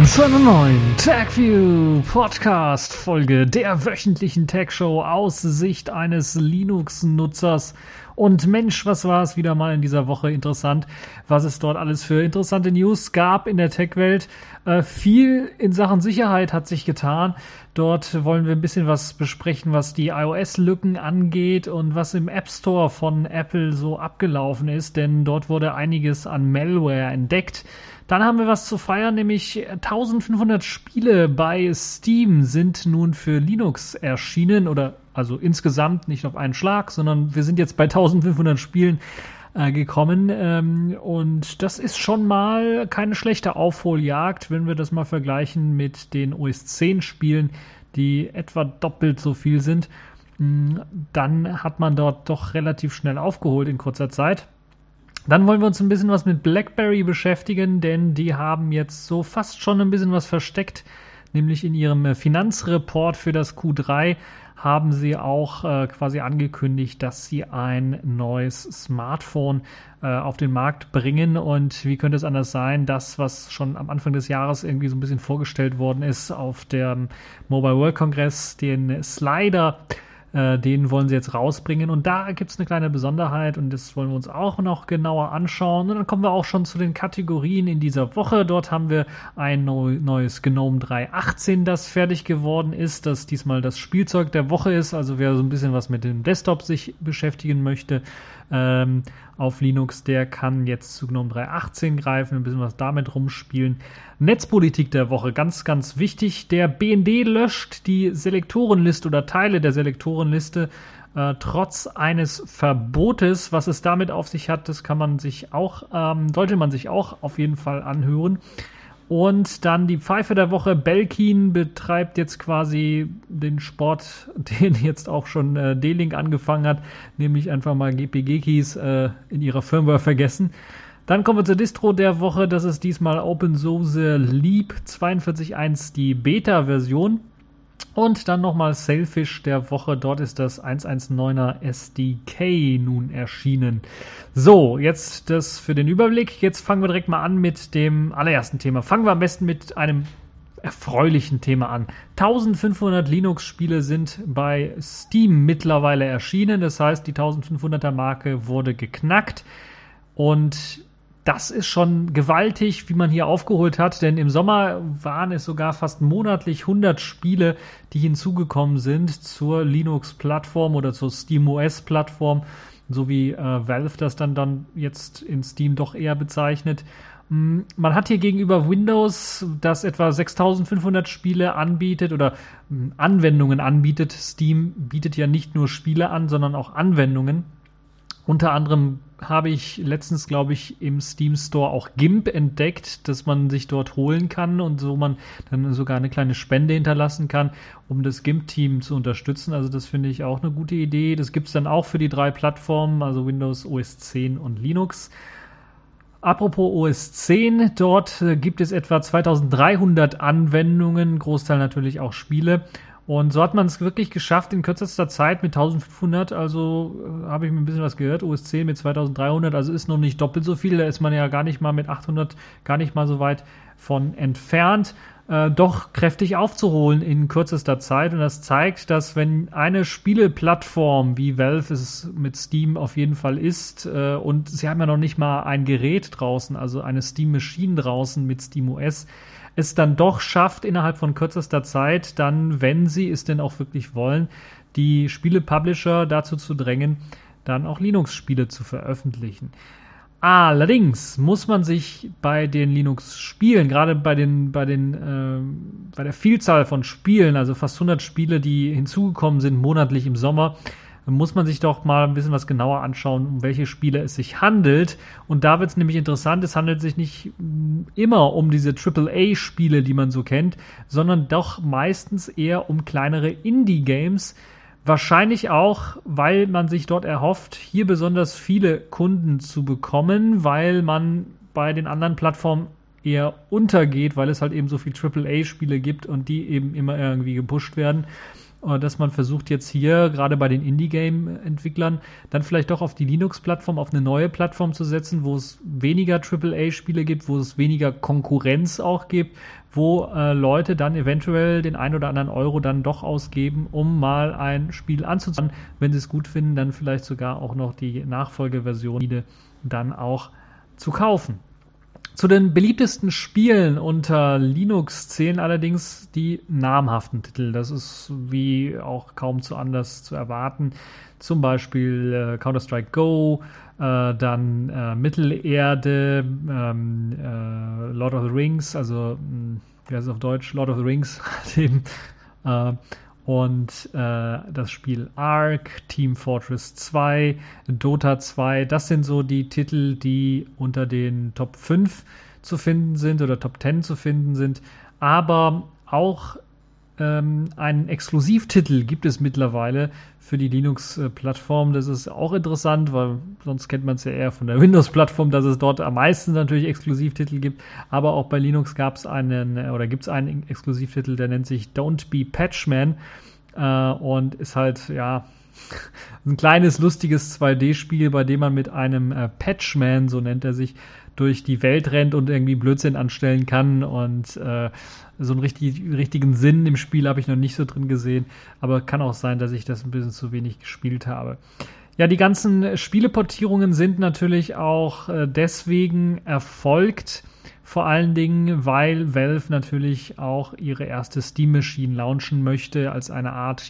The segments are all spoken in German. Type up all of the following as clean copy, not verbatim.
zu einer neuen TechView Podcast Folge der wöchentlichen Tech Show aus Sicht eines Linux-Nutzers. Und Mensch, was war es wieder mal in dieser Woche interessant, was es dort alles für interessante News gab in der Tech-Welt. Viel in Sachen Sicherheit hat sich getan. Dort wollen wir ein bisschen was besprechen, was die iOS-Lücken angeht und was im App Store von Apple so abgelaufen ist, denn dort wurde einiges an Malware entdeckt. Dann haben wir was zu feiern, nämlich 1500 Spiele bei Steam sind nun für Linux erschienen, oder also insgesamt nicht auf einen Schlag, sondern wir sind jetzt bei 1500 Spielen gekommen, und das ist schon mal keine schlechte Aufholjagd, wenn wir das mal vergleichen mit den OS X Spielen, die etwa doppelt so viel sind. Dann hat man dort doch relativ schnell aufgeholt in kurzer Zeit. Dann wollen wir uns ein bisschen was mit BlackBerry beschäftigen, denn die haben jetzt so fast schon ein bisschen was versteckt, nämlich in ihrem Finanzreport für das Q3 haben sie auch quasi angekündigt, dass sie ein neues Smartphone auf den Markt bringen. Und wie könnte es anders sein? Das, was schon am Anfang des Jahres irgendwie so ein bisschen vorgestellt worden ist auf dem Mobile World Congress, den Slider, den wollen sie jetzt rausbringen. Und da gibt es eine kleine Besonderheit und das wollen wir uns auch noch genauer anschauen. Und dann kommen wir auch schon zu den Kategorien in dieser Woche. Dort haben wir ein neues GNOME 3.18, das fertig geworden ist, das diesmal das Spielzeug der Woche ist. Also wer so ein bisschen was mit dem Desktop sich beschäftigen möchte auf Linux, der kann jetzt zu GNOME 3.18 greifen, ein bisschen was damit rumspielen. Netzpolitik der Woche, ganz, ganz wichtig. Der BND löscht die Selektorenliste oder Teile der Selektorenliste trotz eines Verbotes. Was es damit auf sich hat, das kann man sich auch, sollte man sich auch auf jeden Fall anhören. Und dann die Pfeife der Woche. Belkin betreibt jetzt quasi den Sport, den jetzt auch schon D-Link angefangen hat, nämlich einfach mal GPG-Keys in ihrer Firmware vergessen. Dann kommen wir zur Distro der Woche. Das ist diesmal OpenSUSE Leap 42.1, die Beta-Version. Und dann nochmal Sailfish der Woche. Dort ist das 1.1.9er SDK nun erschienen. So, jetzt das für den Überblick. Jetzt fangen wir direkt mal an mit dem allerersten Thema. Fangen wir am besten mit einem erfreulichen Thema an. 1500 Linux-Spiele sind bei Steam mittlerweile erschienen. Das heißt, die 1500er-Marke wurde geknackt. Und das ist schon gewaltig, wie man hier aufgeholt hat, denn im Sommer waren es sogar fast monatlich 100 Spiele, die hinzugekommen sind zur Linux-Plattform oder zur SteamOS-Plattform, so wie Valve das dann jetzt in Steam doch eher bezeichnet. Man hat hier gegenüber Windows, das etwa 6500 Spiele anbietet oder Anwendungen anbietet. Steam bietet ja nicht nur Spiele an, sondern auch Anwendungen. Unter anderem habe ich letztens, glaube ich, im Steam Store auch GIMP entdeckt, dass man sich dort holen kann und so man dann sogar eine kleine Spende hinterlassen kann, um das GIMP-Team zu unterstützen. Also das finde ich auch eine gute Idee. Das gibt es dann auch für die 3 Plattformen, also Windows, OS X und Linux. Apropos OS X, dort gibt es etwa 2300 Anwendungen, Großteil natürlich auch Spiele. Und so hat man es wirklich geschafft in kürzester Zeit mit 1500, also habe ich mir ein bisschen was gehört, OS X mit 2300, also ist noch nicht doppelt so viel, da ist man ja gar nicht mal mit 800, gar nicht mal so weit von entfernt, doch kräftig aufzuholen in kürzester Zeit. Und das zeigt, dass wenn eine Spieleplattform wie Valve es mit Steam auf jeden Fall ist, und sie haben ja noch nicht mal ein Gerät draußen, also eine Steam Machine draußen mit SteamOS, es dann doch schafft, innerhalb von kürzester Zeit dann, wenn sie es denn auch wirklich wollen, die Spiele-Publisher dazu zu drängen, dann auch Linux-Spiele zu veröffentlichen. Allerdings muss man sich bei den Linux-Spielen, gerade bei der Vielzahl von Spielen, also fast 100 Spiele, die hinzugekommen sind monatlich im Sommer, muss man sich doch mal ein bisschen was genauer anschauen, um welche Spiele es sich handelt. Und da wird es nämlich interessant, es handelt sich nicht immer um diese AAA-Spiele, die man so kennt, sondern doch meistens eher um kleinere Indie-Games. Wahrscheinlich auch, weil man sich dort erhofft, hier besonders viele Kunden zu bekommen, weil man bei den anderen Plattformen eher untergeht, weil es halt eben so viel AAA-Spiele gibt und die eben immer irgendwie gepusht werden. dass man versucht jetzt hier, gerade bei den Indie-Game-Entwicklern, dann vielleicht doch auf die Linux-Plattform, auf eine neue Plattform zu setzen, wo es weniger AAA-Spiele gibt, wo es weniger Konkurrenz auch gibt, wo Leute dann eventuell den ein oder anderen Euro dann doch ausgeben, um mal ein Spiel anzuzahlen. Wenn sie es gut finden, dann vielleicht sogar auch noch die Nachfolgeversion dann auch zu kaufen. Zu den beliebtesten Spielen unter Linux zählen allerdings die namhaften Titel. Das ist wie auch kaum zu anders zu erwarten. Zum Beispiel Counter-Strike Go, dann Mittelerde, Lord of the Rings, also wie heißt es auf Deutsch? Lord of the Rings eben. Und das Spiel Ark, Team Fortress 2, Dota 2, das sind so die Titel, die unter den Top 5 zu finden sind oder Top 10 zu finden sind. Aber auch einen Exklusivtitel gibt es mittlerweile für die Linux-Plattform. Das ist auch interessant, weil sonst kennt man es ja eher von der Windows-Plattform, dass es dort am meisten natürlich Exklusivtitel gibt. Aber auch bei Linux gibt es einen Exklusivtitel, der nennt sich Don't Be Patchman und ist halt, ja, ein kleines, lustiges 2D-Spiel, bei dem man mit einem Patchman, so nennt er sich, durch die Welt rennt und irgendwie Blödsinn anstellen kann und so einen richtigen Sinn im Spiel habe ich noch nicht so drin gesehen, aber kann auch sein, dass ich das ein bisschen zu wenig gespielt habe. Ja, die ganzen Spieleportierungen sind natürlich auch deswegen erfolgt, vor allen Dingen, weil Valve natürlich auch ihre erste Steam Machine launchen möchte als eine Art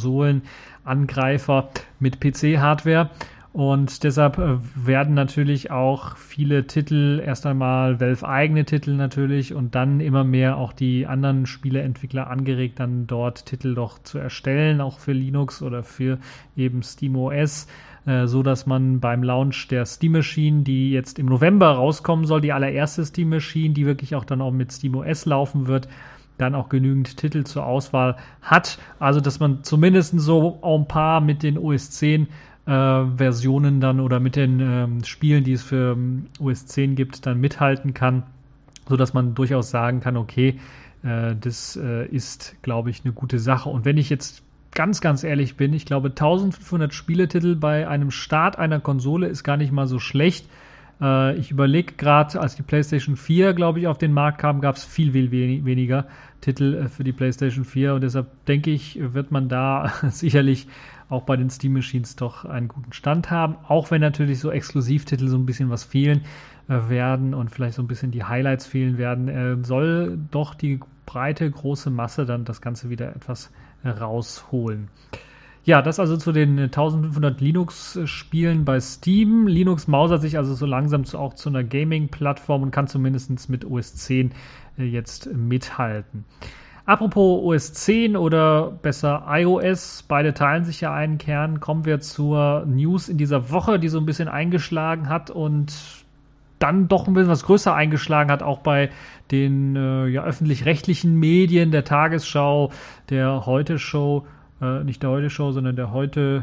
Konsolenangreifer mit PC-Hardware. Und deshalb werden natürlich auch viele Titel, erst einmal Valve-eigene Titel natürlich und dann immer mehr auch die anderen Spieleentwickler angeregt, dann dort Titel doch zu erstellen, auch für Linux oder für eben SteamOS, so dass man beim Launch der Steam Machine, die jetzt im November rauskommen soll, die allererste Steam Machine, die wirklich auch dann auch mit SteamOS laufen wird, dann auch genügend Titel zur Auswahl hat. Also, dass man zumindest so ein paar mit den OS 10 Versionen dann oder mit den Spielen, die es für OS X gibt, dann mithalten kann, sodass man durchaus sagen kann, okay, das ist, glaube ich, eine gute Sache. Und wenn ich jetzt ganz, ganz ehrlich bin, ich glaube, 1500 Spieletitel bei einem Start einer Konsole ist gar nicht mal so schlecht. Ich überlege gerade, als die PlayStation 4, glaube ich, auf den Markt kam, gab es viel weniger Titel für die PlayStation 4 und deshalb denke ich, wird man da sicherlich auch bei den Steam Machines doch einen guten Stand haben, auch wenn natürlich so Exklusivtitel so ein bisschen was fehlen werden und vielleicht so ein bisschen die Highlights fehlen werden, soll doch die breite, große Masse dann das Ganze wieder etwas rausholen. Ja, das also zu den 1500 Linux-Spielen bei Steam. Linux mausert sich also so langsam auch zu einer Gaming-Plattform und kann zumindest mit OS X jetzt mithalten. Apropos OS X oder besser iOS, beide teilen sich ja einen Kern, kommen wir zur News in dieser Woche, die so ein bisschen eingeschlagen hat und dann doch ein bisschen was größer eingeschlagen hat, auch bei den öffentlich-rechtlichen Medien, der Tagesschau, der Heute-Show, nicht der Heute-Show, sondern der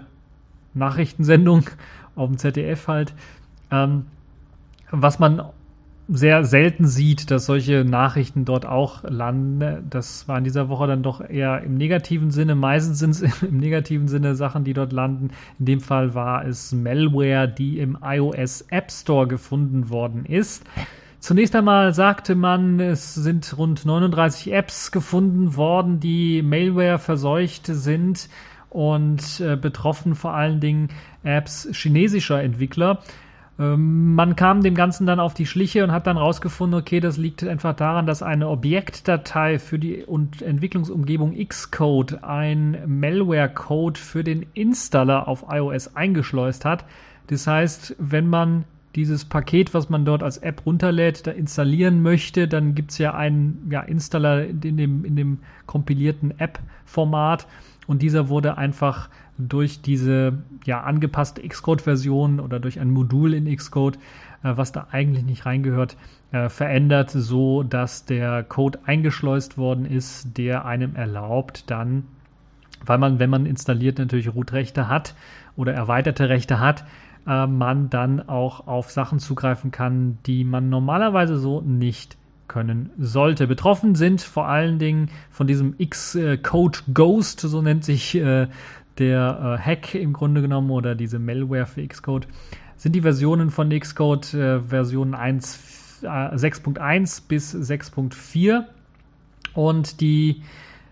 Heute-Nachrichtensendung auf dem ZDF halt, was man sehr selten sieht, dass solche Nachrichten dort auch landen. Das war in dieser Woche dann doch eher im negativen Sinne. Meistens sind es im negativen Sinne Sachen, die dort landen. In dem Fall war es Malware, die im iOS App Store gefunden worden ist. Zunächst einmal sagte man, es sind rund 39 Apps gefunden worden, die Malware verseucht sind und betroffen vor allen Dingen Apps chinesischer Entwickler. Man kam dem Ganzen dann auf die Schliche und hat dann rausgefunden, okay, das liegt einfach daran, dass eine Objektdatei für die Entwicklungsumgebung Xcode ein Malware-Code für den Installer auf iOS eingeschleust hat. Das heißt, wenn man dieses Paket, was man dort als App runterlädt, da installieren möchte, dann gibt es ja einen Installer in dem kompilierten App-Format und dieser wurde einfach durch diese angepasste Xcode-Version oder durch ein Modul in Xcode, was da eigentlich nicht reingehört, verändert, so dass der Code eingeschleust worden ist, der einem erlaubt dann, weil man, wenn man installiert, natürlich Root-Rechte hat oder erweiterte Rechte hat, man dann auch auf Sachen zugreifen kann, die man normalerweise so nicht können sollte. Betroffen sind vor allen Dingen von diesem Xcode Ghost, so nennt sich der Hack im Grunde genommen, oder diese Malware für Xcode, sind die Versionen von Xcode Versionen 6.1 bis 6.4, und die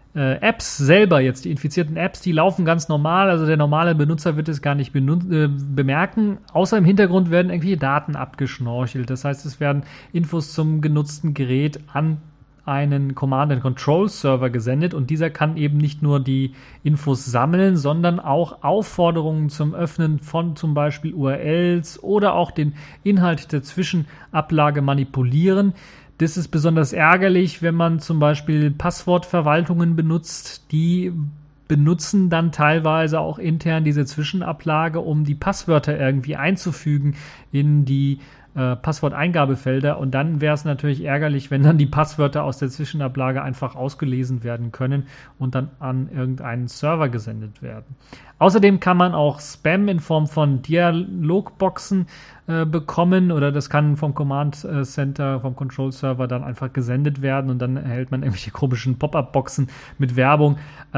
Apps selber, jetzt die infizierten Apps, die laufen ganz normal, also der normale Benutzer wird es gar nicht bemerken, außer im Hintergrund werden irgendwelche Daten abgeschnorchelt. Das heißt, es werden Infos zum genutzten Gerät an einen Command-and-Control-Server gesendet, und dieser kann eben nicht nur die Infos sammeln, sondern auch Aufforderungen zum Öffnen von zum Beispiel URLs oder auch den Inhalt der Zwischenablage manipulieren. Das ist besonders ärgerlich, wenn man zum Beispiel Passwortverwaltungen benutzt. Die benutzen dann teilweise auch intern diese Zwischenablage, um die Passwörter irgendwie einzufügen in die Passworteingabefelder, und dann wäre es natürlich ärgerlich, wenn dann die Passwörter aus der Zwischenablage einfach ausgelesen werden können und dann an irgendeinen Server gesendet werden. Außerdem kann man auch Spam in Form von Dialogboxen bekommen, oder das kann vom Command Center, vom Control Server dann einfach gesendet werden, und dann erhält man irgendwelche komischen Pop-up-Boxen mit Werbung.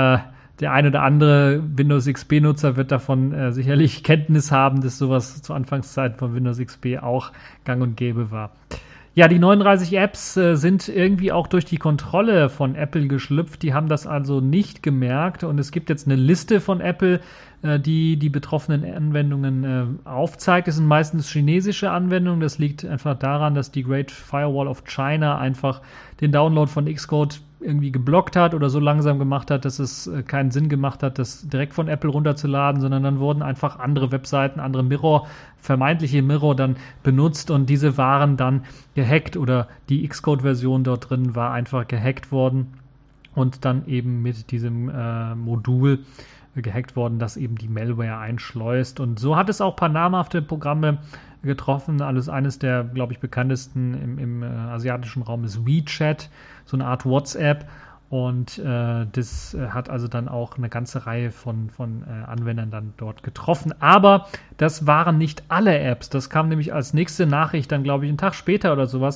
Der ein oder andere Windows XP-Nutzer wird davon sicherlich Kenntnis haben, dass sowas zu Anfangszeiten von Windows XP auch gang und gäbe war. Ja, die 39 Apps sind irgendwie auch durch die Kontrolle von Apple geschlüpft. Die haben das also nicht gemerkt, und es gibt jetzt eine Liste von Apple, die die betroffenen Anwendungen aufzeigt. Es sind meistens chinesische Anwendungen. Das liegt einfach daran, dass die Great Firewall of China einfach den Download von Xcode irgendwie geblockt hat oder so langsam gemacht hat, dass es keinen Sinn gemacht hat, das direkt von Apple runterzuladen, sondern dann wurden einfach andere Webseiten, andere vermeintliche Mirror dann benutzt, und diese waren dann gehackt, oder die Xcode-Version dort drin war einfach gehackt worden und dann eben mit diesem Modul gehackt worden, das eben die Malware einschleust. Und so hat es auch ein paar namhafte Programme getroffen. Eines der, glaube ich, bekanntesten im asiatischen Raum ist WeChat, so eine Art WhatsApp. Und das hat also dann auch eine ganze Reihe von Anwendern dann dort getroffen. Aber das waren nicht alle Apps. Das kam nämlich als nächste Nachricht dann, glaube ich, einen Tag später oder sowas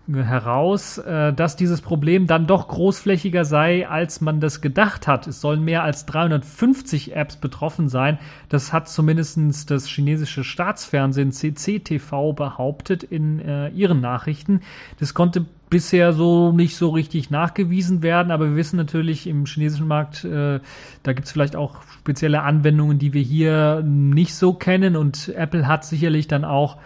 heraus, dass dieses Problem dann doch großflächiger sei, als man das gedacht hat. Es sollen mehr als 350 Apps betroffen sein. Das hat zumindest das chinesische Staatsfernsehen CCTV behauptet in ihren Nachrichten. Das konnte bisher so nicht so richtig nachgewiesen werden, aber wir wissen natürlich, im chinesischen Markt, da gibt es vielleicht auch spezielle Anwendungen, die wir hier nicht so kennen, und Apple hat sicherlich dann auch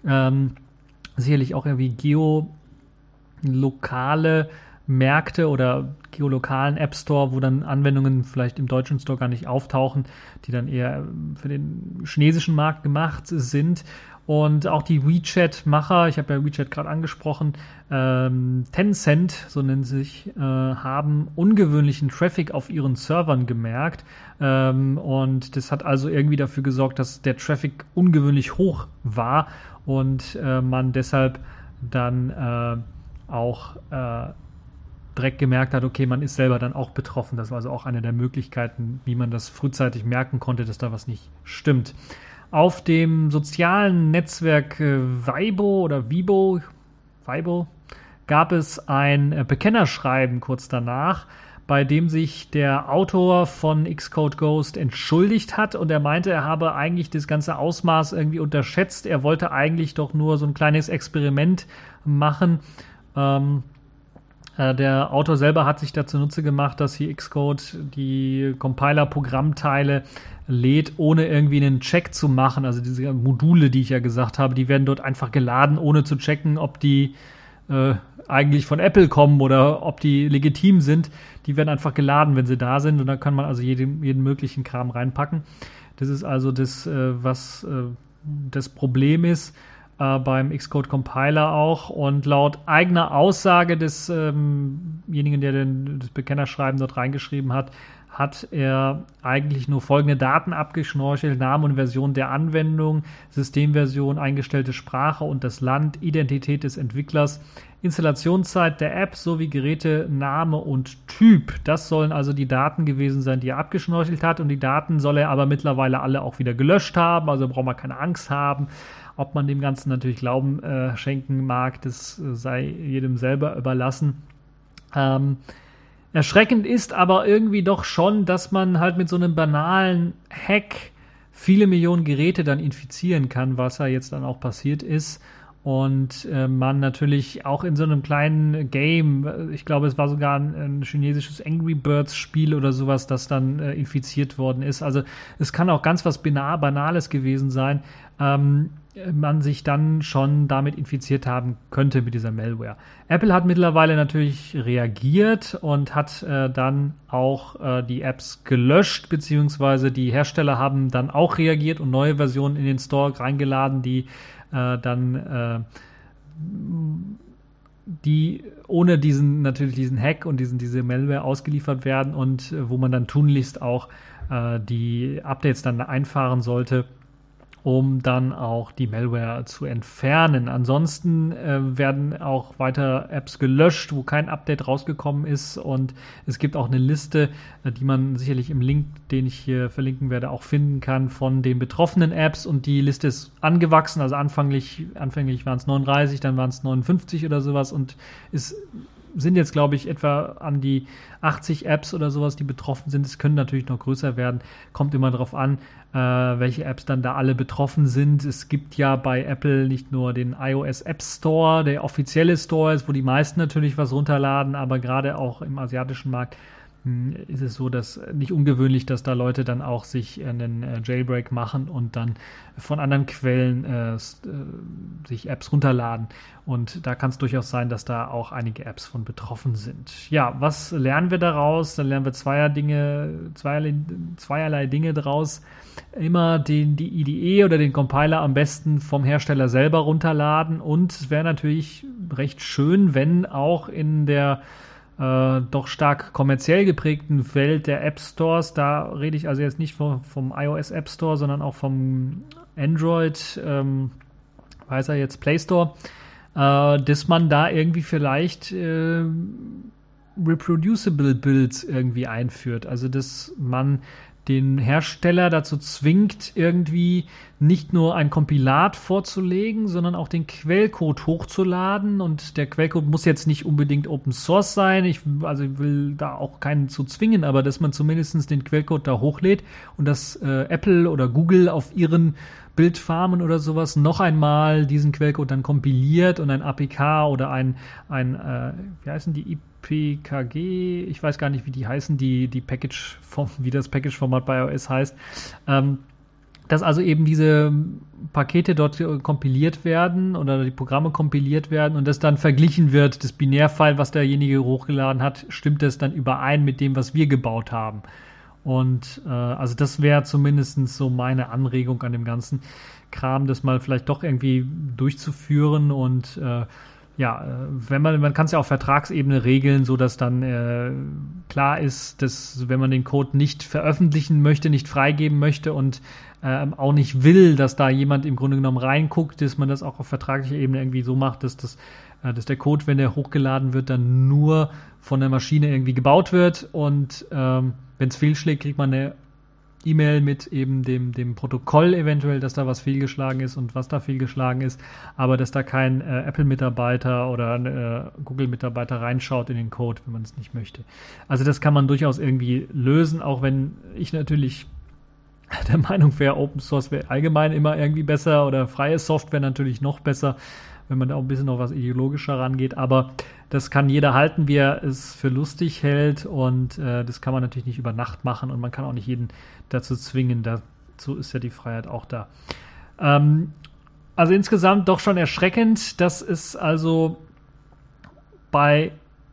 irgendwie geolokale Märkte oder geolokalen App Store, wo dann Anwendungen vielleicht im deutschen Store gar nicht auftauchen, die dann eher für den chinesischen Markt gemacht sind. Und auch die WeChat-Macher, ich habe ja WeChat gerade angesprochen, Tencent, so nennen sie sich, haben ungewöhnlichen Traffic auf ihren Servern gemerkt. Und das hat also irgendwie dafür gesorgt, dass der Traffic ungewöhnlich hoch war und man deshalb dann auch direkt gemerkt hat, okay, man ist selber dann auch betroffen. Das war also auch eine der Möglichkeiten, wie man das frühzeitig merken konnte, dass da was nicht stimmt. Auf dem sozialen Netzwerk Weibo gab es ein Bekennerschreiben kurz danach, bei dem sich der Autor von Xcode Ghost entschuldigt hat, und er meinte, er habe eigentlich das ganze Ausmaß irgendwie unterschätzt. Er wollte eigentlich doch nur so ein kleines Experiment machen. Der Autor selber hat sich dazu Nutze gemacht, dass hier Xcode die Compiler-Programmteile lädt, ohne irgendwie einen Check zu machen. Also diese Module, die ich ja gesagt habe, die werden dort einfach geladen, ohne zu checken, ob die eigentlich von Apple kommen oder ob die legitim sind. Die werden einfach geladen, wenn sie da sind, und da kann man also jeden möglichen Kram reinpacken. Das ist also das, was das Problem ist beim Xcode Compiler auch, und laut eigener Aussage desjenigen, der das Bekennerschreiben dort reingeschrieben hat, hat er eigentlich nur folgende Daten abgeschnorchelt: Name und Version der Anwendung, Systemversion, eingestellte Sprache und das Land, Identität des Entwicklers, Installationszeit der App sowie Geräte, Name und Typ. Das sollen also die Daten gewesen sein, die er abgeschnorchelt hat, und die Daten soll er aber mittlerweile alle auch wieder gelöscht haben, also braucht man keine Angst haben. Ob man dem Ganzen natürlich Glauben schenken mag, das sei jedem selber überlassen. Erschreckend ist aber irgendwie doch schon, dass man halt mit so einem banalen Hack viele Millionen Geräte dann infizieren kann, was ja jetzt dann auch passiert ist. Und man natürlich auch in so einem kleinen Game, ich glaube, es war sogar ein chinesisches Angry Birds Spiel oder sowas, das dann infiziert worden ist. Also es kann auch ganz was Banales gewesen sein, man sich dann schon damit infiziert haben könnte mit dieser Malware. Apple hat mittlerweile natürlich reagiert und hat dann auch die Apps gelöscht, beziehungsweise die Hersteller haben dann auch reagiert und neue Versionen in den Store reingeladen, die ohne diesen Hack und diese Malware ausgeliefert werden und wo man dann tunlichst auch die Updates dann einfahren sollte, um dann auch die Malware zu entfernen. Ansonsten werden auch weiter Apps gelöscht, wo kein Update rausgekommen ist, und es gibt auch eine Liste, die man sicherlich im Link, den ich hier verlinken werde, auch finden kann von den betroffenen Apps, und die Liste ist angewachsen, also anfänglich waren es 39, dann waren es 59 oder sowas, und sind jetzt, glaube ich, etwa an die 80 Apps oder sowas, die betroffen sind. Es können natürlich noch größer werden. Kommt immer darauf an, welche Apps dann da alle betroffen sind. Es gibt ja bei Apple nicht nur den iOS App Store, der offizielle Store ist, wo die meisten natürlich was runterladen, aber gerade auch im asiatischen Markt ist es so, dass nicht ungewöhnlich, dass da Leute dann auch sich einen Jailbreak machen und dann von anderen Quellen sich Apps runterladen. Und da kann es durchaus sein, dass da auch einige Apps von betroffen sind. Ja, was lernen wir daraus? Dann lernen wir zweierlei Dinge daraus. Immer die IDE oder den Compiler am besten vom Hersteller selber runterladen. Und es wäre natürlich recht schön, wenn auch in der doch stark kommerziell geprägten Welt der App Stores, da rede ich also jetzt nicht vom iOS App Store, sondern auch vom Android, Play Store, dass man da irgendwie vielleicht reproducible Builds irgendwie einführt. Also dass man den Hersteller dazu zwingt, irgendwie nicht nur ein Kompilat vorzulegen, sondern auch den Quellcode hochzuladen. Und der Quellcode muss jetzt nicht unbedingt Open Source sein. Ich will da auch keinen zu zwingen, aber dass man zumindest den Quellcode da hochlädt und dass Apple oder Google auf ihren Bildfarmen oder sowas noch einmal diesen Quellcode dann kompiliert und ein APK oder wie heißen die, IPKG, ich weiß gar nicht, wie die heißen, wie das Package-Format bei iOS heißt, dass also eben diese Pakete dort kompiliert werden oder die Programme kompiliert werden und das dann verglichen wird, das Binärfile, was derjenige hochgeladen hat, stimmt das dann überein mit dem, was wir gebaut haben. Und also das wäre zumindest so meine Anregung an dem ganzen Kram, das mal vielleicht doch irgendwie durchzuführen. Und man kann es ja auf Vertragsebene regeln, so dass dann klar ist, dass wenn man den Code nicht veröffentlichen möchte, nicht freigeben möchte und auch nicht will, dass da jemand im Grunde genommen reinguckt, dass man das auch auf vertraglicher Ebene irgendwie so macht, dass der Code, wenn der hochgeladen wird, dann nur von der Maschine irgendwie gebaut wird und wenn es fehlschlägt, kriegt man eine E-Mail mit eben dem Protokoll eventuell, dass da was fehlgeschlagen ist und was da fehlgeschlagen ist, aber dass da kein Apple-Mitarbeiter oder ein Google-Mitarbeiter reinschaut in den Code, wenn man es nicht möchte. Also das kann man durchaus irgendwie lösen, auch wenn ich natürlich der Meinung wäre, Open Source wäre allgemein immer irgendwie besser oder freie Software natürlich noch besser, wenn man da auch ein bisschen noch was ideologischer rangeht, aber das kann jeder halten, wie er es für lustig hält und das kann man natürlich nicht über Nacht machen und man kann auch nicht jeden dazu zwingen, dazu ist ja die Freiheit auch da. Also insgesamt doch schon erschreckend, dass es also bei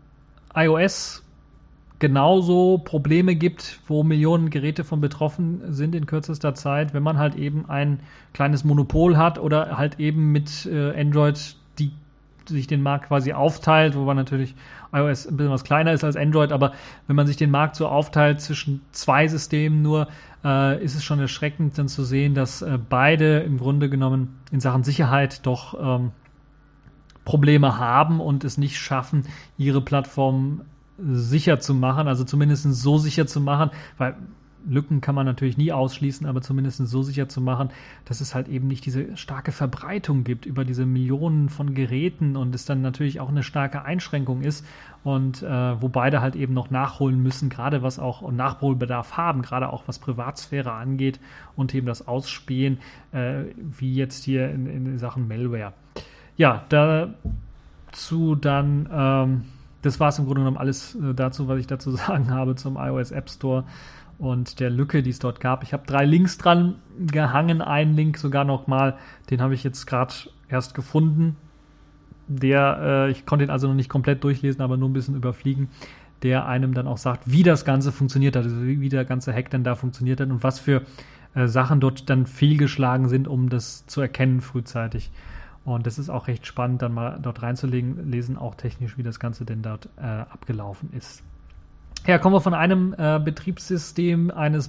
iOS genauso Probleme gibt, wo Millionen Geräte von betroffen sind in kürzester Zeit, wenn man halt eben ein kleines Monopol hat oder halt eben mit Android, die sich den Markt quasi aufteilt, wobei natürlich iOS ein bisschen was kleiner ist als Android, aber wenn man sich den Markt so aufteilt zwischen zwei Systemen nur, ist es schon erschreckend dann zu sehen, dass beide im Grunde genommen in Sachen Sicherheit doch Probleme haben und es nicht schaffen, ihre Plattform sicher zu machen, also zumindest so sicher zu machen, weil Lücken kann man natürlich nie ausschließen, aber zumindest so sicher zu machen, dass es halt eben nicht diese starke Verbreitung gibt über diese Millionen von Geräten und es dann natürlich auch eine starke Einschränkung ist und wo beide halt eben noch nachholen müssen, gerade was auch Nachholbedarf haben, gerade auch was Privatsphäre angeht und eben das Ausspähen, wie jetzt hier in Sachen Malware. Ja, dazu dann, das war es im Grunde genommen alles dazu, was ich dazu sagen habe zum iOS App Store und der Lücke, die es dort gab. Ich habe 3 Links dran gehangen, einen Link sogar nochmal, den habe ich jetzt gerade erst gefunden. Ich konnte ihn also noch nicht komplett durchlesen, aber nur ein bisschen überfliegen, der einem dann auch sagt, wie das Ganze funktioniert hat, also wie der ganze Hack dann da funktioniert hat und was für Sachen dort dann fehlgeschlagen sind, um das zu erkennen frühzeitig. Und das ist auch recht spannend, dann mal dort reinzulesen, auch technisch, wie das Ganze denn dort abgelaufen ist. Ja, kommen wir von einem Betriebssystem eines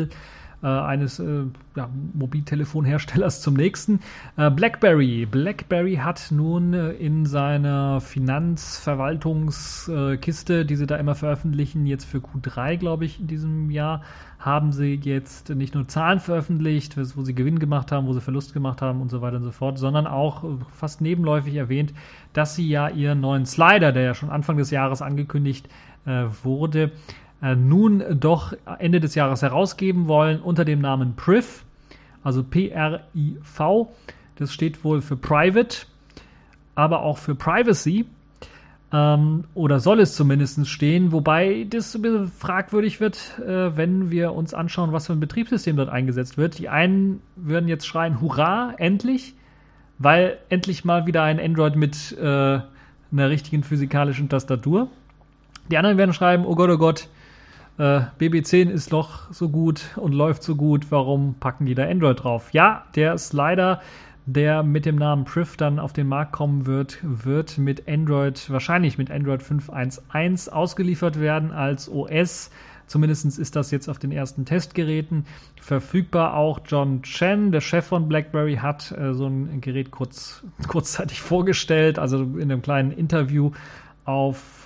Mobiltelefonherstellers zum nächsten. BlackBerry. BlackBerry hat nun in seiner Finanzverwaltungskiste, die sie da immer veröffentlichen, jetzt für Q3, glaube ich, in diesem Jahr, haben sie jetzt nicht nur Zahlen veröffentlicht, wo sie Gewinn gemacht haben, wo sie Verlust gemacht haben und so weiter und so fort, sondern auch fast nebenläufig erwähnt, dass sie ja ihren neuen Slider, der ja schon Anfang des Jahres angekündigt wurde, nun doch Ende des Jahres herausgeben wollen unter dem Namen PRIV, also P-R-I-V. Das steht wohl für Private, aber auch für Privacy. Oder soll es zumindest stehen, wobei das ein bisschen fragwürdig wird, wenn wir uns anschauen, was für ein Betriebssystem dort eingesetzt wird. Die einen würden jetzt schreien, hurra, endlich, weil endlich mal wieder ein Android mit einer richtigen physikalischen Tastatur. Die anderen werden schreiben, oh Gott, BB10 ist doch so gut und läuft so gut, warum packen die da Android drauf? Ja, der Slider, der mit dem Namen PRIV dann auf den Markt kommen wird wahrscheinlich mit Android 5.1.1 ausgeliefert werden als OS. Zumindest ist das jetzt auf den ersten Testgeräten verfügbar. Auch John Chen, der Chef von BlackBerry, hat so ein Gerät kurzzeitig vorgestellt, also in einem kleinen Interview auf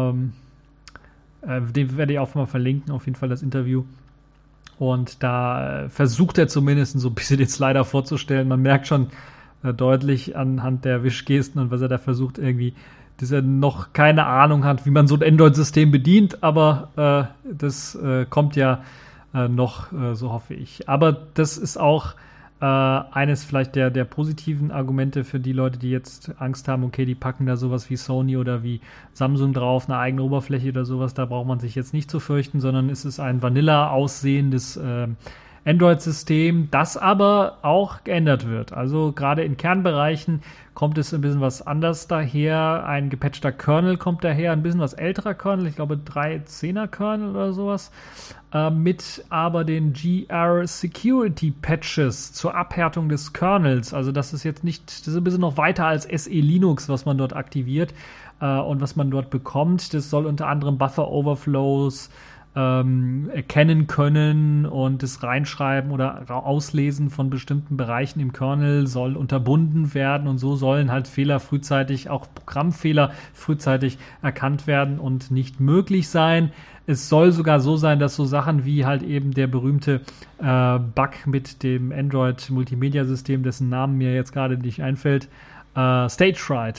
den werde ich auch mal verlinken, auf jeden Fall das Interview. Und da versucht er zumindest so ein bisschen den Slider vorzustellen. Man merkt schon deutlich anhand der Wischgesten und was er da versucht irgendwie, dass er noch keine Ahnung hat, wie man so ein Android-System bedient. Aber das kommt ja noch, so hoffe ich. Aber das ist auch eines vielleicht der positiven Argumente für die Leute, die jetzt Angst haben, okay, die packen da sowas wie Sony oder wie Samsung drauf, eine eigene Oberfläche oder sowas, da braucht man sich jetzt nicht zu fürchten, sondern es ist ein Vanilla aussehendes Android-System, das aber auch geändert wird. Also gerade in Kernbereichen kommt es ein bisschen was anders daher. Ein gepatchter Kernel kommt daher, ein bisschen was älterer Kernel, ich glaube 3.10er Kernel oder sowas, mit aber den GR Security Patches zur Abhärtung des Kernels. Also das ist jetzt nicht, das ist ein bisschen noch weiter als SE Linux, was man dort aktiviert und was man dort bekommt. Das soll unter anderem Buffer Overflows erkennen können und das Reinschreiben oder Auslesen von bestimmten Bereichen im Kernel soll unterbunden werden und so sollen halt Fehler frühzeitig, auch Programmfehler frühzeitig erkannt werden und nicht möglich sein. Es soll sogar so sein, dass so Sachen wie halt eben der berühmte Bug mit dem Android-Multimedia-System, dessen Namen mir jetzt gerade nicht einfällt, Stage Fright,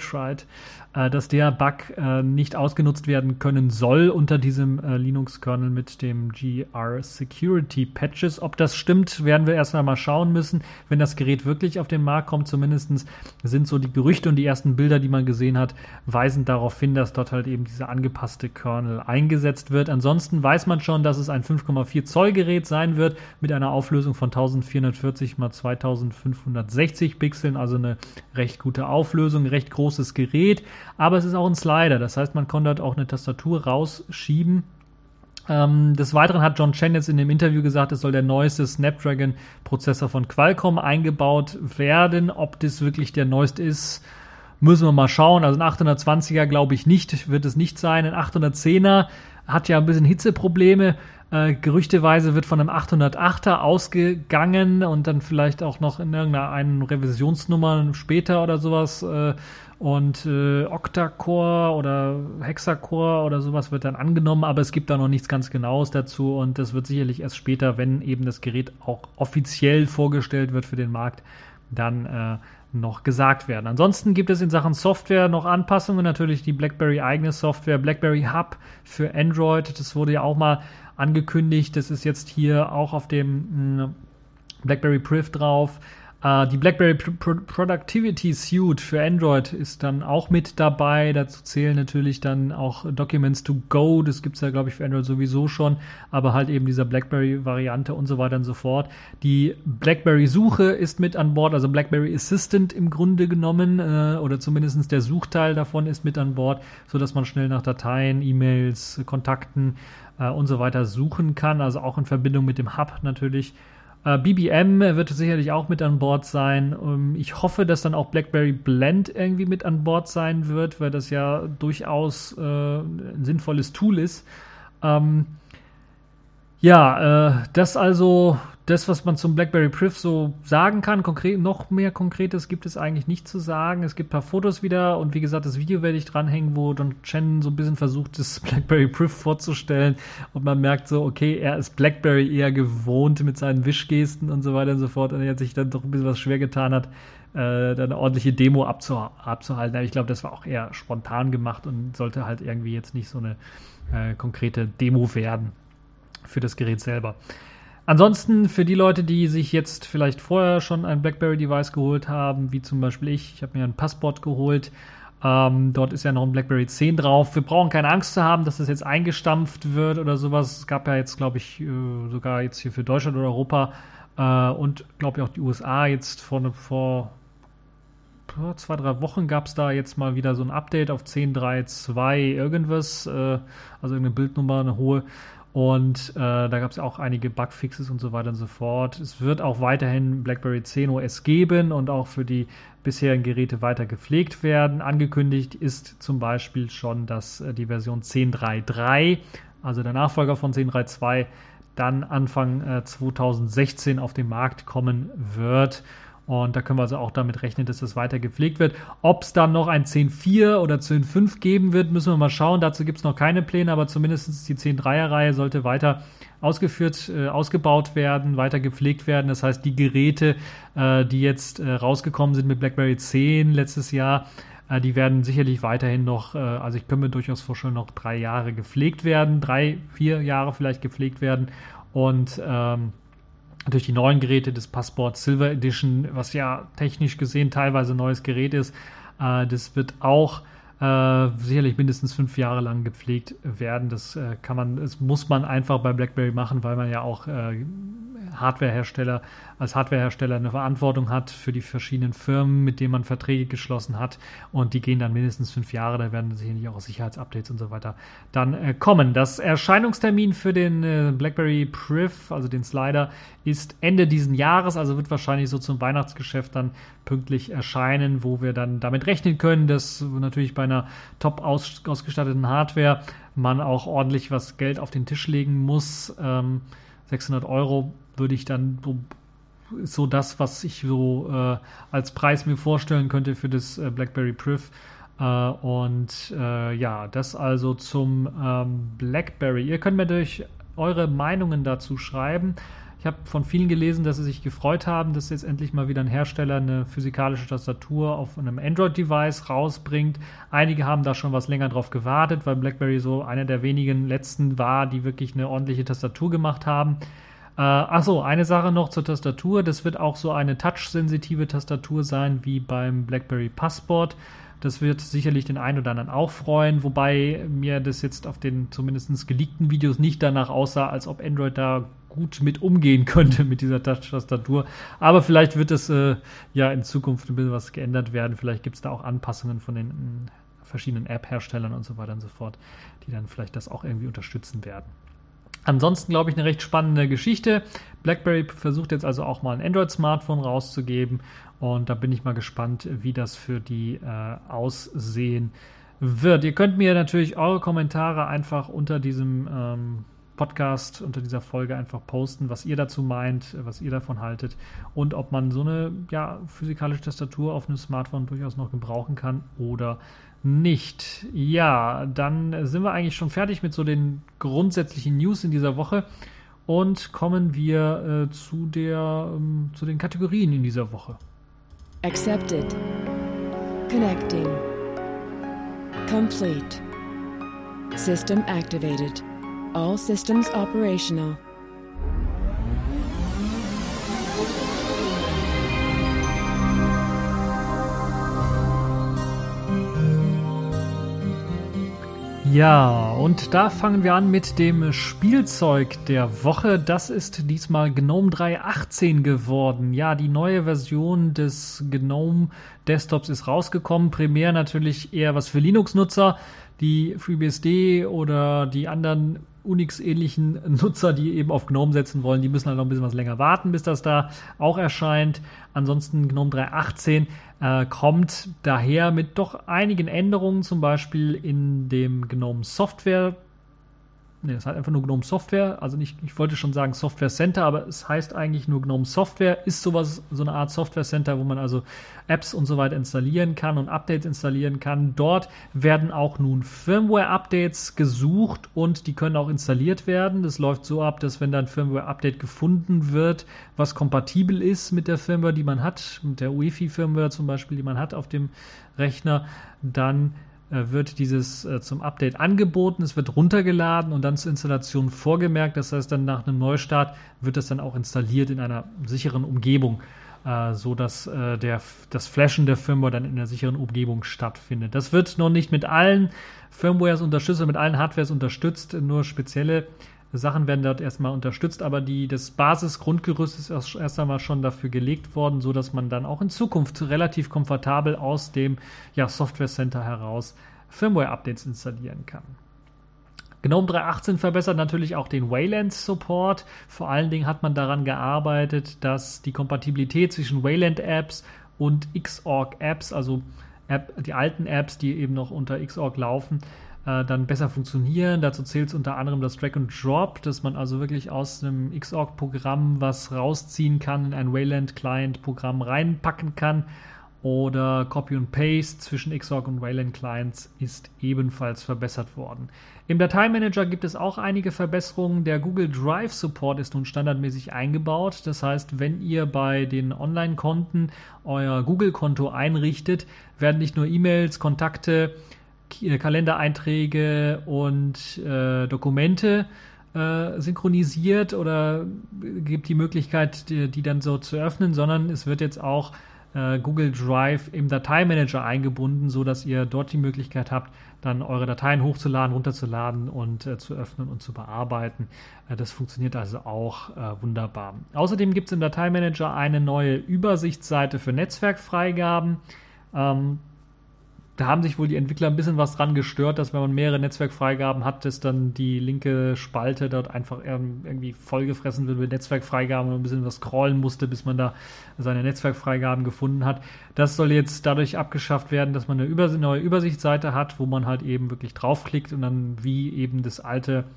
dass der Bug nicht ausgenutzt werden können soll unter diesem Linux-Kernel mit dem GR Security Patches. Ob das stimmt, werden wir erst einmal schauen müssen, wenn das Gerät wirklich auf den Markt kommt. Zumindest sind so die Gerüchte und die ersten Bilder, die man gesehen hat, weisen darauf hin, dass dort halt eben dieser angepasste Kernel eingesetzt wird. Ansonsten weiß man schon, dass es ein 5,4 Zoll Gerät sein wird mit einer Auflösung von 1440 x 2560 Pixeln, also eine recht gute Auflösung, recht großes Gerät. Aber es ist auch ein Slider, das heißt, man kann dort auch eine Tastatur rausschieben. Des Weiteren hat John Chen jetzt in dem Interview gesagt, es soll der neueste Snapdragon-Prozessor von Qualcomm eingebaut werden. Ob das wirklich der neueste ist, müssen wir mal schauen. Also ein 820er glaube ich nicht, wird es nicht sein. Ein 810er hat ja ein bisschen Hitzeprobleme. Gerüchteweise wird von einem 808er ausgegangen und dann vielleicht auch noch in irgendeiner Revisionsnummer später oder sowas und Octa-Core oder Hexacore oder sowas wird dann angenommen, aber es gibt da noch nichts ganz Genaues dazu und das wird sicherlich erst später, wenn eben das Gerät auch offiziell vorgestellt wird für den Markt, dann noch gesagt werden. Ansonsten gibt es in Sachen Software noch Anpassungen, natürlich die BlackBerry eigene Software, BlackBerry Hub für Android, das wurde ja auch mal angekündigt, das ist jetzt hier auch auf dem BlackBerry Priv drauf. Die BlackBerry Productivity Suite für Android ist dann auch mit dabei. Dazu zählen natürlich dann auch Documents to Go. Das gibt es ja, glaube ich, für Android sowieso schon. Aber halt eben dieser BlackBerry-Variante und so weiter und so fort. Die BlackBerry-Suche ist mit an Bord. Also BlackBerry Assistant im Grunde genommen. Oder zumindest der Suchteil davon ist mit an Bord. Sodass man schnell nach Dateien, E-Mails, Kontakten und so weiter suchen kann. Also auch in Verbindung mit dem Hub natürlich. BBM wird sicherlich auch mit an Bord sein. Ich hoffe, dass dann auch BlackBerry Blend irgendwie mit an Bord sein wird, weil das ja durchaus ein sinnvolles Tool ist. Das also das, was man zum BlackBerry Priv so sagen kann. Noch mehr Konkretes gibt es eigentlich nicht zu sagen. Es gibt ein paar Fotos wieder und wie gesagt, das Video werde ich dranhängen, wo Don Chen so ein bisschen versucht, das BlackBerry Priv vorzustellen und man merkt so, okay, er ist BlackBerry eher gewohnt mit seinen Wischgesten und so weiter und so fort und er hat sich dann doch ein bisschen was schwer getan hat, da eine ordentliche Demo abzuhalten. Aber ich glaube, das war auch eher spontan gemacht und sollte halt irgendwie jetzt nicht so eine konkrete Demo werden für das Gerät selber. Ansonsten für die Leute, die sich jetzt vielleicht vorher schon ein BlackBerry-Device geholt haben, wie zum Beispiel ich habe mir ein Passport geholt, dort ist ja noch ein BlackBerry 10 drauf. Wir brauchen keine Angst zu haben, dass das jetzt eingestampft wird oder sowas. Es gab ja jetzt, glaube ich, sogar jetzt hier für Deutschland oder Europa und glaube ich auch die USA jetzt vor 2-3 Wochen gab es da jetzt mal wieder so ein Update auf 10.3.2 irgendwas, also irgendeine Bildnummer, eine hohe. Und da gab es auch einige Bugfixes und so weiter und so fort. Es wird auch weiterhin BlackBerry 10 OS geben und auch für die bisherigen Geräte weiter gepflegt werden. Angekündigt ist zum Beispiel schon, dass die Version 10.3.3, also der Nachfolger von 10.3.2, dann Anfang 2016 auf den Markt kommen wird. Und da können wir also auch damit rechnen, dass das weiter gepflegt wird. Ob es dann noch ein 10.4 oder 10.5 geben wird, müssen wir mal schauen. Dazu gibt es noch keine Pläne, aber zumindest die 10.3er-Reihe sollte weiter ausgebaut werden, weiter gepflegt werden. Das heißt, die Geräte, die jetzt rausgekommen sind mit BlackBerry 10 letztes Jahr, die werden sicherlich weiterhin noch, also ich kann mir durchaus vorstellen, noch 3 Jahre gepflegt werden, 3-4 Jahre vielleicht gepflegt werden. Und durch die neuen Geräte des Passport Silver Edition, was ja technisch gesehen teilweise ein neues Gerät ist, das wird auch sicherlich mindestens 5 Jahre lang gepflegt werden. Das muss man einfach bei BlackBerry machen, weil man ja auch als Hardwarehersteller eine Verantwortung hat für die verschiedenen Firmen, mit denen man Verträge geschlossen hat und die gehen dann mindestens 5 Jahre, da werden sicherlich auch Sicherheitsupdates und so weiter dann kommen. Das Erscheinungstermin für den BlackBerry Priv, also den Slider, ist Ende diesen Jahres, also wird wahrscheinlich so zum Weihnachtsgeschäft dann pünktlich erscheinen, wo wir dann damit rechnen können, dass natürlich bei einer top ausgestatteten Hardware man auch ordentlich was Geld auf den Tisch legen muss. 600 Euro würde ich dann so das, was ich so als Preis mir vorstellen könnte für das BlackBerry Priv. Das also zum BlackBerry. Ihr könnt mir durch eure Meinungen dazu schreiben. Ich habe von vielen gelesen, dass sie sich gefreut haben, dass jetzt endlich mal wieder ein Hersteller eine physikalische Tastatur auf einem Android-Device rausbringt. Einige haben da schon was länger drauf gewartet, weil BlackBerry so einer der wenigen letzten war, die wirklich eine ordentliche Tastatur gemacht haben. Eine Sache noch zur Tastatur. Das wird auch so eine touch-sensitive Tastatur sein wie beim BlackBerry Passport. Das wird sicherlich den einen oder anderen auch freuen, wobei mir das jetzt auf den zumindest geleakten Videos nicht danach aussah, als ob Android da gut mit umgehen könnte mit dieser Touch-Tastatur. Aber vielleicht wird es in Zukunft ein bisschen was geändert werden. Vielleicht gibt es da auch Anpassungen von den verschiedenen App-Herstellern und so weiter und so fort, die dann vielleicht das auch irgendwie unterstützen werden. Ansonsten glaube ich eine recht spannende Geschichte. BlackBerry versucht jetzt also auch mal ein Android-Smartphone rauszugeben und da bin ich mal gespannt, wie das für die aussehen wird. Ihr könnt mir natürlich eure Kommentare einfach unter diesem Podcast unter dieser Folge einfach posten, was ihr dazu meint, was ihr davon haltet und ob man so eine physikalische Tastatur auf einem Smartphone durchaus noch gebrauchen kann oder nicht. Ja, dann sind wir eigentlich schon fertig mit so den grundsätzlichen News in dieser Woche und kommen wir zu den Kategorien in dieser Woche. Accepted. Connecting. Complete. System activated. All systems operational. Ja, und da fangen wir an mit dem Spielzeug der Woche. Das ist diesmal GNOME 3.18 geworden. Ja, die neue Version des GNOME Desktops ist rausgekommen. Primär natürlich eher was für Linux-Nutzer. Die FreeBSD oder die anderen Unix-ähnlichen Nutzer, die eben auf GNOME setzen wollen, die müssen halt noch ein bisschen was länger warten, bis das da auch erscheint. Ansonsten GNOME 3.18 kommt daher mit doch einigen Änderungen, zum Beispiel in dem GNOME Software. Es heißt einfach nur GNOME Software, also nicht, ich wollte schon sagen Software Center, aber es heißt eigentlich nur GNOME Software, ist so eine Art Software Center, wo man also Apps und so weiter installieren kann und Updates installieren kann. Dort werden auch nun Firmware-Updates gesucht und die können auch installiert werden. Das läuft so ab, dass wenn dann Firmware-Update gefunden wird, was kompatibel ist mit der Firmware, die man hat, mit der UEFI-Firmware zum Beispiel, die man hat auf dem Rechner, dann wird dieses zum Update angeboten, es wird runtergeladen und dann zur Installation vorgemerkt. Das heißt, dann nach einem Neustart wird das dann auch installiert in einer sicheren Umgebung, so dass das Flashen der Firmware dann in einer sicheren Umgebung stattfindet. Das wird noch nicht mit allen Firmwares unterstützt, mit allen Hardwares unterstützt, nur spezielle Sachen werden dort erstmal unterstützt, aber das Basisgrundgerüst ist erst einmal schon dafür gelegt worden, so dass man dann auch in Zukunft relativ komfortabel aus dem Software Center heraus Firmware-Updates installieren kann. GNOME 3.18 verbessert natürlich auch den Wayland-Support. Vor allen Dingen hat man daran gearbeitet, dass die Kompatibilität zwischen Wayland-Apps und Xorg-Apps, also die alten Apps, die eben noch unter Xorg laufen, dann besser funktionieren. Dazu zählt es unter anderem das Drag and Drop, dass man also wirklich aus einem Xorg-Programm was rausziehen kann, in ein Wayland-Client-Programm reinpacken kann. Oder Copy und Paste zwischen Xorg und Wayland-Clients ist ebenfalls verbessert worden. Im Dateimanager gibt es auch einige Verbesserungen. Der Google Drive Support ist nun standardmäßig eingebaut. Das heißt, wenn ihr bei den Online-Konten euer Google-Konto einrichtet, werden nicht nur E-Mails, Kontakte, Kalendereinträge und Dokumente synchronisiert oder gibt die Möglichkeit, die dann so zu öffnen, sondern es wird jetzt auch Google Drive im Dateimanager eingebunden, so dass ihr dort die Möglichkeit habt, dann eure Dateien hochzuladen, runterzuladen und zu öffnen und zu bearbeiten. Das funktioniert also auch wunderbar. Außerdem gibt es im Dateimanager eine neue Übersichtsseite für Netzwerkfreigaben. Da haben sich wohl die Entwickler ein bisschen was dran gestört, dass wenn man mehrere Netzwerkfreigaben hat, dass dann die linke Spalte dort einfach irgendwie vollgefressen wird mit Netzwerkfreigaben und ein bisschen was scrollen musste, bis man da seine Netzwerkfreigaben gefunden hat. Das soll jetzt dadurch abgeschafft werden, dass man eine neue Übersichtsseite hat, wo man halt eben wirklich draufklickt und dann wie eben das alte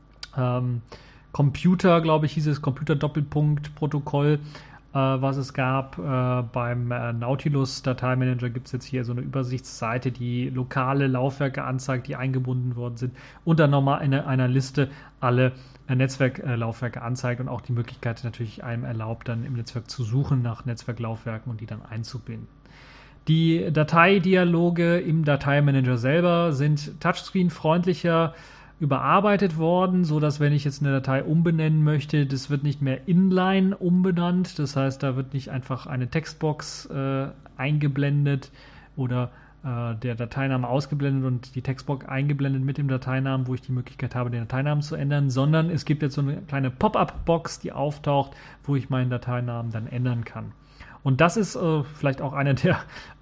Computer, glaube ich, hieß es, Computer-Doppelpunkt-Protokoll, was es gab. Beim Nautilus-Dateimanager gibt es jetzt hier so eine Übersichtsseite, die lokale Laufwerke anzeigt, die eingebunden worden sind und dann nochmal in einer Liste alle Netzwerklaufwerke anzeigt und auch die Möglichkeit natürlich einem erlaubt, dann im Netzwerk zu suchen nach Netzwerklaufwerken und die dann einzubinden. Die Dateidialoge im Dateimanager selber sind Touchscreen-freundlicher überarbeitet worden, so dass wenn ich jetzt eine Datei umbenennen möchte, das wird nicht mehr inline umbenannt, das heißt, da wird nicht einfach eine Textbox eingeblendet oder der Dateiname ausgeblendet und die Textbox eingeblendet mit dem Dateinamen, wo ich die Möglichkeit habe, den Dateinamen zu ändern, sondern es gibt jetzt so eine kleine Pop-up-Box, die auftaucht, wo ich meinen Dateinamen dann ändern kann. Und das ist vielleicht auch eine der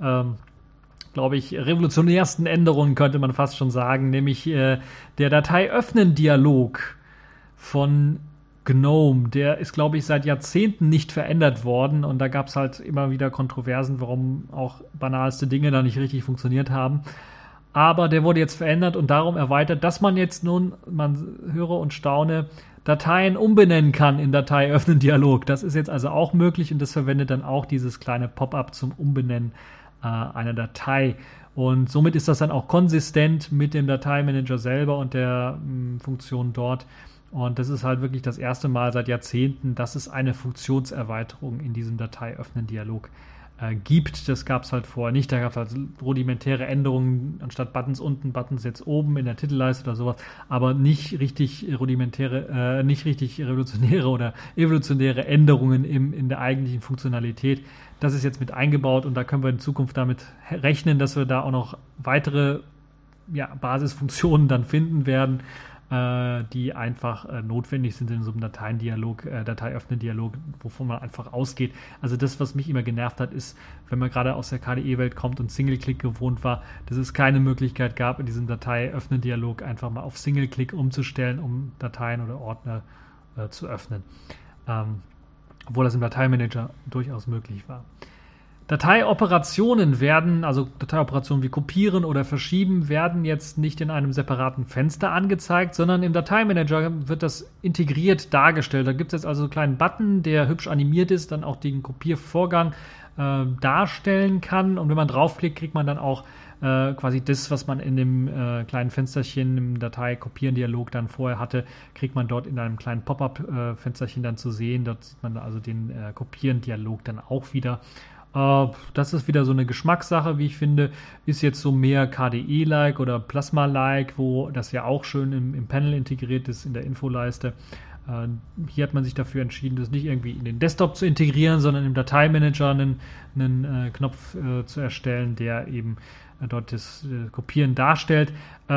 glaube ich, revolutionärsten Änderungen, könnte man fast schon sagen, nämlich der Datei-Öffnen-Dialog von GNOME. Der ist, glaube ich, seit Jahrzehnten nicht verändert worden und da gab es halt immer wieder Kontroversen, warum auch banalste Dinge da nicht richtig funktioniert haben. aber der wurde jetzt verändert und darum erweitert, dass man jetzt nun, man höre und staune, Dateien umbenennen kann in Datei öffnen Dialog. Das ist jetzt also auch möglich und das verwendet dann auch dieses kleine Pop-up zum Umbenennen einer Datei. Und somit ist das dann auch konsistent mit dem Dateimanager selber und der Funktion dort. Und das ist halt wirklich das erste Mal seit Jahrzehnten, dass es eine Funktionserweiterung in diesem Datei-Öffnen-Dialog gibt. Das gab es halt vorher nicht. Da gab es halt rudimentäre Änderungen, anstatt Buttons unten, Buttons jetzt oben in der Titelleiste oder sowas, aber nicht richtig rudimentäre, nicht richtig revolutionäre oder evolutionäre Änderungen in der eigentlichen Funktionalität. Das ist jetzt mit eingebaut und da können wir in Zukunft damit rechnen, dass wir da auch noch weitere Basisfunktionen dann finden werden, die einfach notwendig sind in so einem Datei-Öffnen-Dialog, wovon man einfach ausgeht. Also das, was mich immer genervt hat, ist, wenn man gerade aus der KDE-Welt kommt und Single-Click gewohnt war, dass es keine Möglichkeit gab, in diesem Datei-Öffnen-Dialog einfach mal auf Single-Click umzustellen, um Dateien oder Ordner zu öffnen. Obwohl das im Dateimanager durchaus möglich war. Dateioperationen also Dateioperationen wie Kopieren oder Verschieben, werden jetzt nicht in einem separaten Fenster angezeigt, sondern im Dateimanager wird das integriert dargestellt. Da gibt es jetzt also einen kleinen Button, der hübsch animiert ist, dann auch den Kopiervorgang darstellen kann. Und wenn man draufklickt, kriegt man dann auch quasi das, was man in dem kleinen Fensterchen im Datei-Kopieren-Dialog dann vorher hatte, kriegt man dort in einem kleinen Pop-up-Fensterchen dann zu sehen. Dort sieht man also den Kopieren-Dialog dann auch wieder. Das ist wieder so eine Geschmackssache, wie ich finde, ist jetzt so mehr KDE-like oder Plasma-like, wo das ja auch schön im Panel integriert ist, in der Infoleiste. Hier hat man sich dafür entschieden, das nicht irgendwie in den Desktop zu integrieren, sondern im Dateimanager einen Knopf zu erstellen, der eben dort das Kopieren darstellt.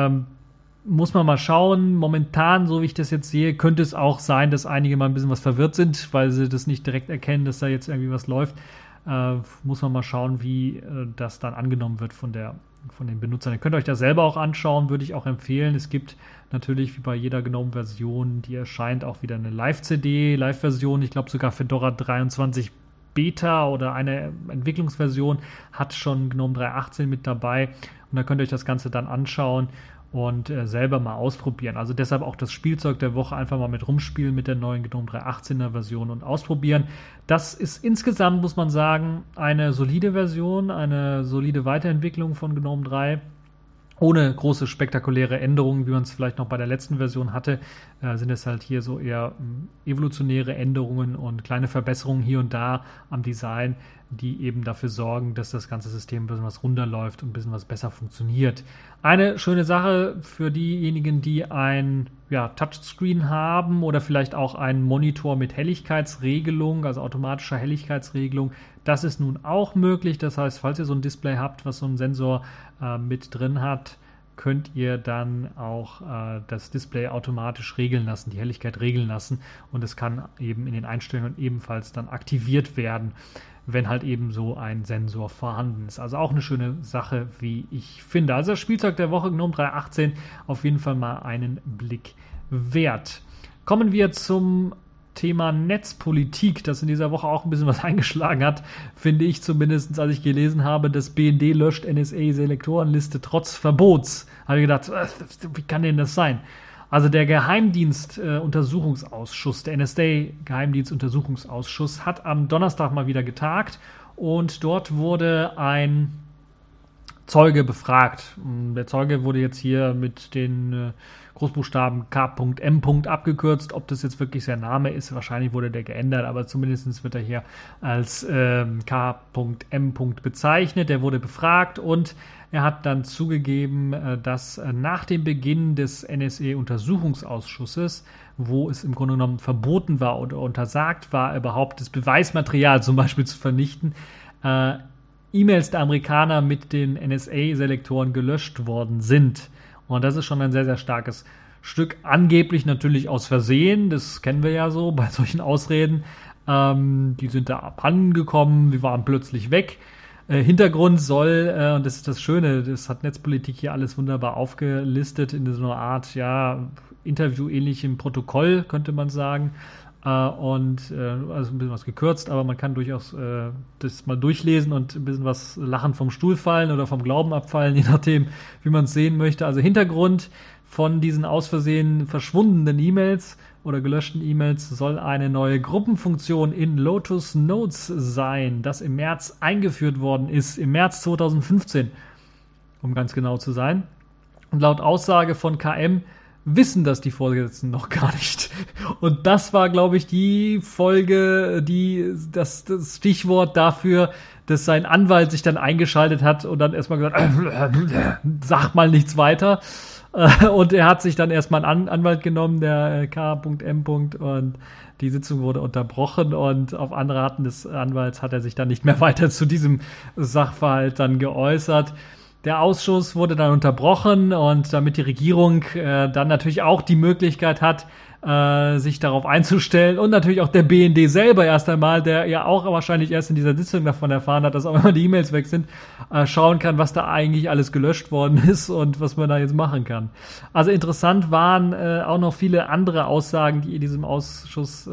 Muss man mal schauen. Momentan, so wie ich das jetzt sehe, könnte es auch sein, dass einige mal ein bisschen was verwirrt sind, weil sie das nicht direkt erkennen, dass da jetzt irgendwie was läuft. Muss man mal schauen, wie das dann angenommen wird von den Benutzern. Ihr könnt euch das selber auch anschauen, würde ich auch empfehlen. Es gibt natürlich, wie bei jeder GNOME-Version, die erscheint, auch wieder eine Live-CD, Live-Version. Ich glaube sogar Fedora 23 Beta oder eine Entwicklungsversion hat schon GNOME 3.18 mit dabei. Und da könnt ihr euch das Ganze dann anschauen und selber mal ausprobieren. Also deshalb auch das Spielzeug der Woche, einfach mal mit rumspielen mit der neuen GNOME 3.18er Version und ausprobieren. Das ist insgesamt, muss man sagen, eine solide Version, eine solide Weiterentwicklung von GNOME 3. Ohne große spektakuläre Änderungen, wie man es vielleicht noch bei der letzten Version hatte, sind es halt hier so eher evolutionäre Änderungen und kleine Verbesserungen hier und da am Design, die eben dafür sorgen, dass das ganze System ein bisschen was runterläuft und ein bisschen was besser funktioniert. Eine schöne Sache für diejenigen, die ein Touchscreen haben oder vielleicht auch einen Monitor mit Helligkeitsregelung, also automatischer Helligkeitsregelung. Das ist nun auch möglich. Das heißt, falls ihr so ein Display habt, was so einen Sensor mit drin hat, könnt ihr dann auch das Display automatisch regeln lassen, die Helligkeit regeln lassen. Und es kann eben in den Einstellungen ebenfalls dann aktiviert werden, wenn halt eben so ein Sensor vorhanden ist. Also auch eine schöne Sache, wie ich finde. Also das Spielzeug der Woche, GNOME 3.18, auf jeden Fall mal einen Blick wert. Kommen wir zum Thema Netzpolitik, das in dieser Woche auch ein bisschen was eingeschlagen hat, finde ich zumindest, als ich gelesen habe, das BND löscht NSA-Selektorenliste trotz Verbots. Habe ich gedacht, wie kann denn das sein? Also der Geheimdienstuntersuchungsausschuss, der NSA-Geheimdienstuntersuchungsausschuss hat am Donnerstag mal wieder getagt und dort wurde ein Zeuge befragt. Der Zeuge wurde jetzt hier mit den Großbuchstaben K.M. abgekürzt. Ob das jetzt wirklich sein Name ist, wahrscheinlich wurde der geändert, aber zumindest wird er hier als K.M. bezeichnet. Der wurde befragt und er hat dann zugegeben, dass nach dem Beginn des NSA-Untersuchungsausschusses, wo es im Grunde genommen verboten war oder untersagt war, überhaupt das Beweismaterial zum Beispiel zu vernichten, E-Mails der Amerikaner mit den NSA-Selektoren gelöscht worden sind. Und das ist schon ein sehr, sehr starkes Stück. Angeblich natürlich aus Versehen, das kennen wir ja so bei solchen Ausreden. Die sind da abhandengekommen, die waren plötzlich weg. Hintergrund soll, und das ist das Schöne, das hat Netzpolitik hier alles wunderbar aufgelistet in so einer Art, Interview-ähnlichem Protokoll, könnte man sagen. also ein bisschen was gekürzt, aber man kann durchaus das mal durchlesen und ein bisschen was lachend vom Stuhl fallen oder vom Glauben abfallen, je nachdem, wie man es sehen möchte. Also Hintergrund von diesen aus Versehen verschwundenen E-Mails oder gelöschten E-Mails soll eine neue Gruppenfunktion in Lotus Notes sein, das im März eingeführt worden ist, im März 2015, um ganz genau zu sein. Und laut Aussage von KM wissen das die Vorgesetzten noch gar nicht. Und das war, glaube ich, die Folge, das Stichwort dafür, dass sein Anwalt sich dann eingeschaltet hat und dann erstmal gesagt, sag mal nichts weiter. Und er hat sich dann erstmal einen Anwalt genommen, der K.M. und die Sitzung wurde unterbrochen und auf Anraten des Anwalts hat er sich dann nicht mehr weiter zu diesem Sachverhalt dann geäußert. Der Ausschuss wurde dann unterbrochen und damit die Regierung dann natürlich auch die Möglichkeit hat, sich darauf einzustellen und natürlich auch der BND selber erst einmal, der ja auch wahrscheinlich erst in dieser Sitzung davon erfahren hat, dass auch immer die E-Mails weg sind, schauen kann, was da eigentlich alles gelöscht worden ist und was man da jetzt machen kann. Also interessant waren auch noch viele andere Aussagen, die in diesem Ausschuss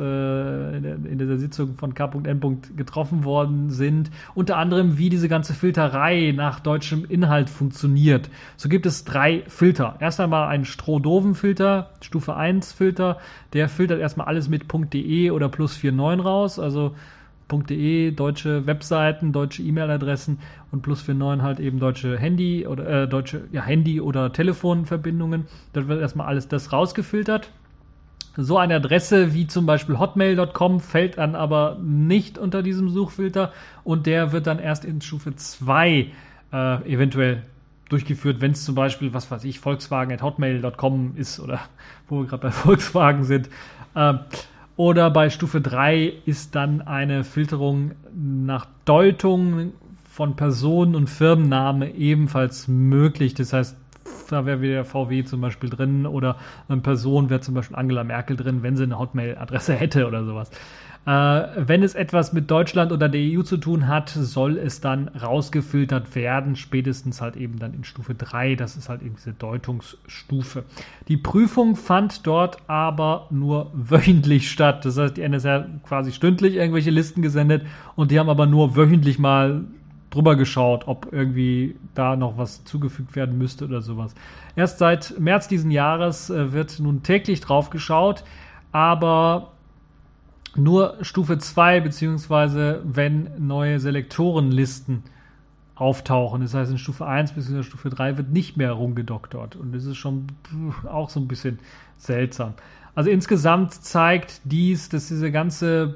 in dieser Sitzung von K.M. getroffen worden sind. Unter anderem, wie diese ganze Filterei nach deutschem Inhalt funktioniert. So gibt es 3 Filter. Erst einmal einen Strohdoven-Filter, Stufe 1 Filter. Der filtert erstmal alles mit .de oder +49 raus, also .de, deutsche Webseiten, deutsche E-Mail-Adressen und +49 halt eben deutsche Handy oder Handy- oder Telefonverbindungen. Da wird erstmal alles das rausgefiltert. So eine Adresse wie zum Beispiel hotmail.com fällt dann aber nicht unter diesem Suchfilter und der wird dann erst in Stufe 2 eventuell durchgeführt, wenn es zum Beispiel, was weiß ich, Volkswagen@hotmail.com ist oder wo wir gerade bei Volkswagen sind. Oder bei Stufe 3 ist dann eine Filterung nach Deutung von Personen und Firmenname ebenfalls möglich. Das heißt, da wäre wieder VW zum Beispiel drin oder eine Person wäre zum Beispiel Angela Merkel drin, wenn sie eine Hotmail-Adresse hätte oder sowas. Wenn es etwas mit Deutschland oder der EU zu tun hat, soll es dann rausgefiltert werden, spätestens halt eben dann in Stufe 3, das ist halt eben diese Deutungsstufe. Die Prüfung fand dort aber nur wöchentlich statt, das heißt, die NSA quasi stündlich irgendwelche Listen gesendet und die haben aber nur wöchentlich mal drüber geschaut, ob irgendwie da noch was zugefügt werden müsste oder sowas. Erst seit März diesen Jahres wird nun täglich drauf geschaut, aber nur Stufe 2, beziehungsweise wenn neue Selektorenlisten auftauchen. Das heißt, in Stufe 1 bzw. Stufe 3 wird nicht mehr rumgedoktert. Und das ist schon auch so ein bisschen seltsam. Also insgesamt zeigt dies, dass diese ganze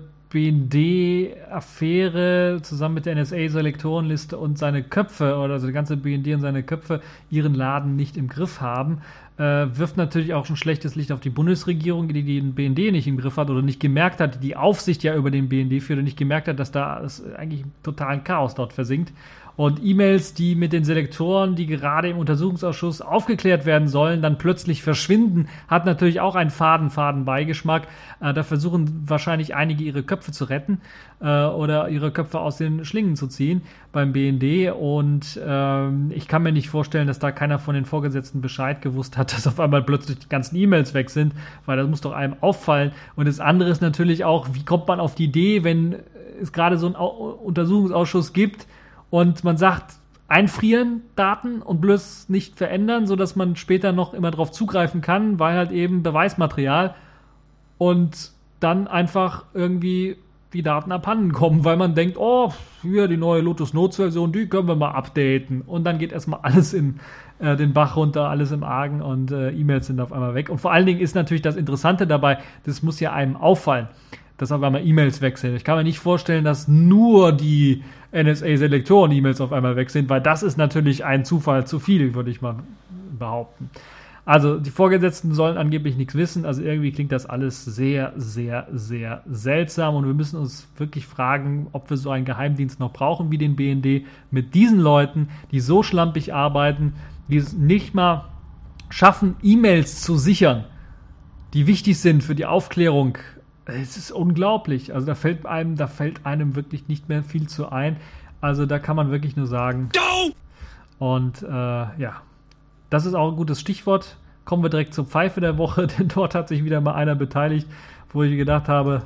BND-Affäre zusammen mit der NSA-Selektorenliste und seine Köpfe, oder also die ganze BND und seine Köpfe, ihren Laden nicht im Griff haben, wirft natürlich auch ein schlechtes Licht auf die Bundesregierung, die den BND nicht im Griff hat oder nicht gemerkt hat, die Aufsicht ja über den BND führt und nicht gemerkt hat, dass da es eigentlich totalen Chaos dort versinkt. Und E-Mails, die mit den Selektoren, die gerade im Untersuchungsausschuss aufgeklärt werden sollen, dann plötzlich verschwinden, hat natürlich auch einen faden Beigeschmack. Da versuchen wahrscheinlich einige ihre Köpfe zu retten oder ihre Köpfe aus den Schlingen zu ziehen beim BND. Und ich kann mir nicht vorstellen, dass da keiner von den Vorgesetzten Bescheid gewusst hat, dass auf einmal plötzlich die ganzen E-Mails weg sind, weil das muss doch einem auffallen. Und das andere ist natürlich auch, wie kommt man auf die Idee, wenn es gerade so einen Untersuchungsausschuss gibt, und man sagt, einfrieren Daten und bloß nicht verändern, sodass man später noch immer drauf zugreifen kann, weil halt eben Beweismaterial und dann einfach irgendwie die Daten abhanden kommen, weil man denkt, oh, hier die neue Lotus Notes Version, die können wir mal updaten. Und dann geht erstmal alles in den Bach runter, alles im Argen und E-Mails sind auf einmal weg. Und vor allen Dingen ist natürlich das Interessante dabei, das muss ja einem auffallen, dass auf einmal E-Mails weg sind. Ich kann mir nicht vorstellen, dass nur die NSA-Selektoren-E-Mails auf einmal weg sind, weil das ist natürlich ein Zufall zu viel, würde ich mal behaupten. Also die Vorgesetzten sollen angeblich nichts wissen, also irgendwie klingt das alles sehr, sehr, sehr seltsam und wir müssen uns wirklich fragen, ob wir so einen Geheimdienst noch brauchen wie den BND mit diesen Leuten, die so schlampig arbeiten, die es nicht mal schaffen, E-Mails zu sichern, die wichtig sind für die Aufklärung. Es ist unglaublich. Also da fällt einem wirklich nicht mehr viel zu ein. Also da kann man wirklich nur sagen. Und ja, das ist auch ein gutes Stichwort. Kommen wir direkt zur Pfeife der Woche, denn dort hat sich wieder mal einer beteiligt wo ich gedacht habe,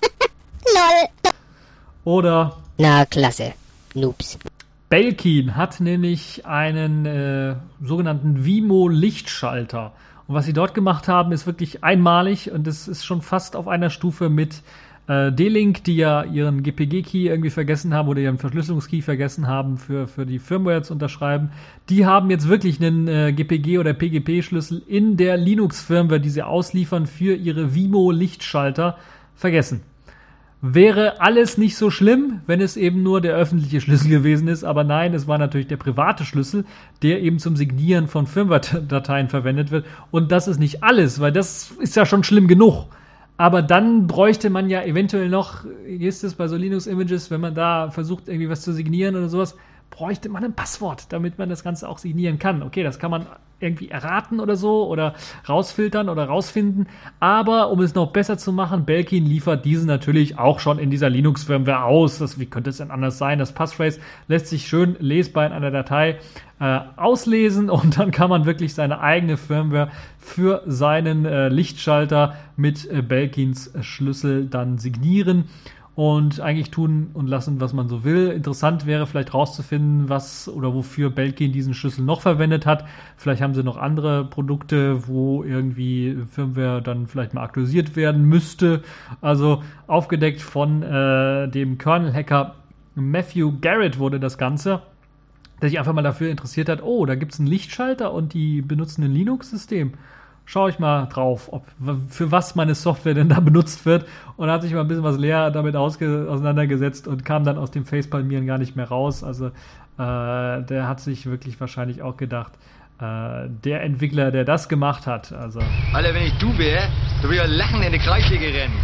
LOL. oder Na, klasse. Noobs. Belkin hat nämlich einen sogenannten Wimo-Lichtschalter. Und was sie dort gemacht haben, ist wirklich einmalig und es ist schon fast auf einer Stufe mit D-Link, die ja ihren GPG-Key irgendwie vergessen haben oder ihren Verschlüsselungskey vergessen haben für die Firmware zu unterschreiben. Die haben jetzt wirklich einen GPG- oder PGP-Schlüssel in der Linux-Firmware, die sie ausliefern für ihre Wimo-Lichtschalter, vergessen. Wäre alles nicht so schlimm, wenn es eben nur der öffentliche Schlüssel gewesen ist, aber nein, es war natürlich der private Schlüssel, der eben zum Signieren von Firmware-Dateien verwendet wird. Und das ist nicht alles, weil das ist ja schon schlimm genug. Aber dann bräuchte man ja eventuell noch, wie ist es bei so Linux-Images, wenn man da versucht, irgendwie was zu signieren oder sowas, bräuchte man ein Passwort, damit man das Ganze auch signieren kann. Okay, das kann man irgendwie erraten oder so oder rausfiltern oder rausfinden. Aber um es noch besser zu machen, Belkin liefert diesen natürlich auch schon in dieser Linux-Firmware aus. Wie könnte es denn anders sein? Das Passphrase lässt sich schön lesbar in einer Datei auslesen und dann kann man wirklich seine eigene Firmware für seinen Lichtschalter mit Belkins Schlüssel dann signieren. Und eigentlich tun und lassen, was man so will. Interessant wäre vielleicht rauszufinden, was oder wofür Belkin diesen Schlüssel noch verwendet hat. Vielleicht haben sie noch andere Produkte, wo irgendwie Firmware dann vielleicht mal aktualisiert werden müsste. Also aufgedeckt von dem Kernel-Hacker Matthew Garrett wurde das Ganze, der sich einfach mal dafür interessiert hat, oh, da gibt es einen Lichtschalter und die benutzen ein Linux-System. Schau ich mal drauf, für was meine Software denn da benutzt wird und hat sich mal ein bisschen was leer damit auseinandergesetzt und kam dann aus dem Facepalmieren gar nicht mehr raus. Also der hat sich wirklich wahrscheinlich auch gedacht, der Entwickler, der das gemacht hat. Also, Alter, wenn ich du wäre, du würdest ja lachen in die Kreissäge rennen.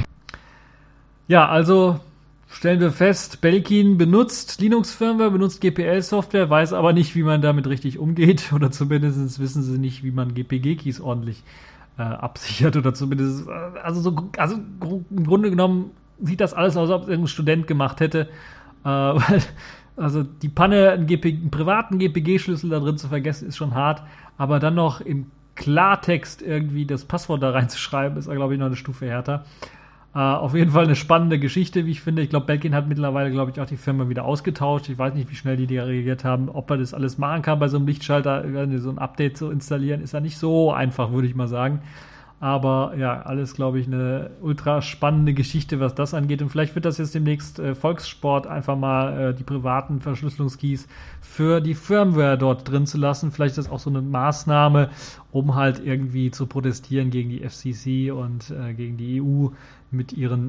Ja, also stellen wir fest, Belkin benutzt Linux-Firmware, benutzt GPL-Software, weiß aber nicht, wie man damit richtig umgeht oder zumindest wissen sie nicht, wie man GPG-Keys ordentlich absichert oder zumindest, also im Grunde genommen sieht das alles aus, als ob es irgendein Student gemacht hätte, weil also die Panne, einen privaten GPG-Schlüssel da drin zu vergessen, ist schon hart, aber dann noch im Klartext irgendwie das Passwort da reinzuschreiben, ist, glaube ich, noch eine Stufe härter. Auf jeden Fall eine spannende Geschichte, wie ich finde. Ich glaube, Belkin hat mittlerweile, glaube ich, auch die Firma wieder ausgetauscht. Ich weiß nicht, wie schnell die reagiert haben. Ob er das alles machen kann bei so einem Lichtschalter, so ein Update zu installieren, ist ja nicht so einfach, würde ich mal sagen. Aber ja, alles, glaube ich, eine ultra spannende Geschichte, was das angeht. Und vielleicht wird das jetzt demnächst Volkssport, einfach mal die privaten Verschlüsselungskeys für die Firmware dort drin zu lassen. Vielleicht ist das auch so eine Maßnahme, um halt irgendwie zu protestieren gegen die FCC und gegen die EU mit ihren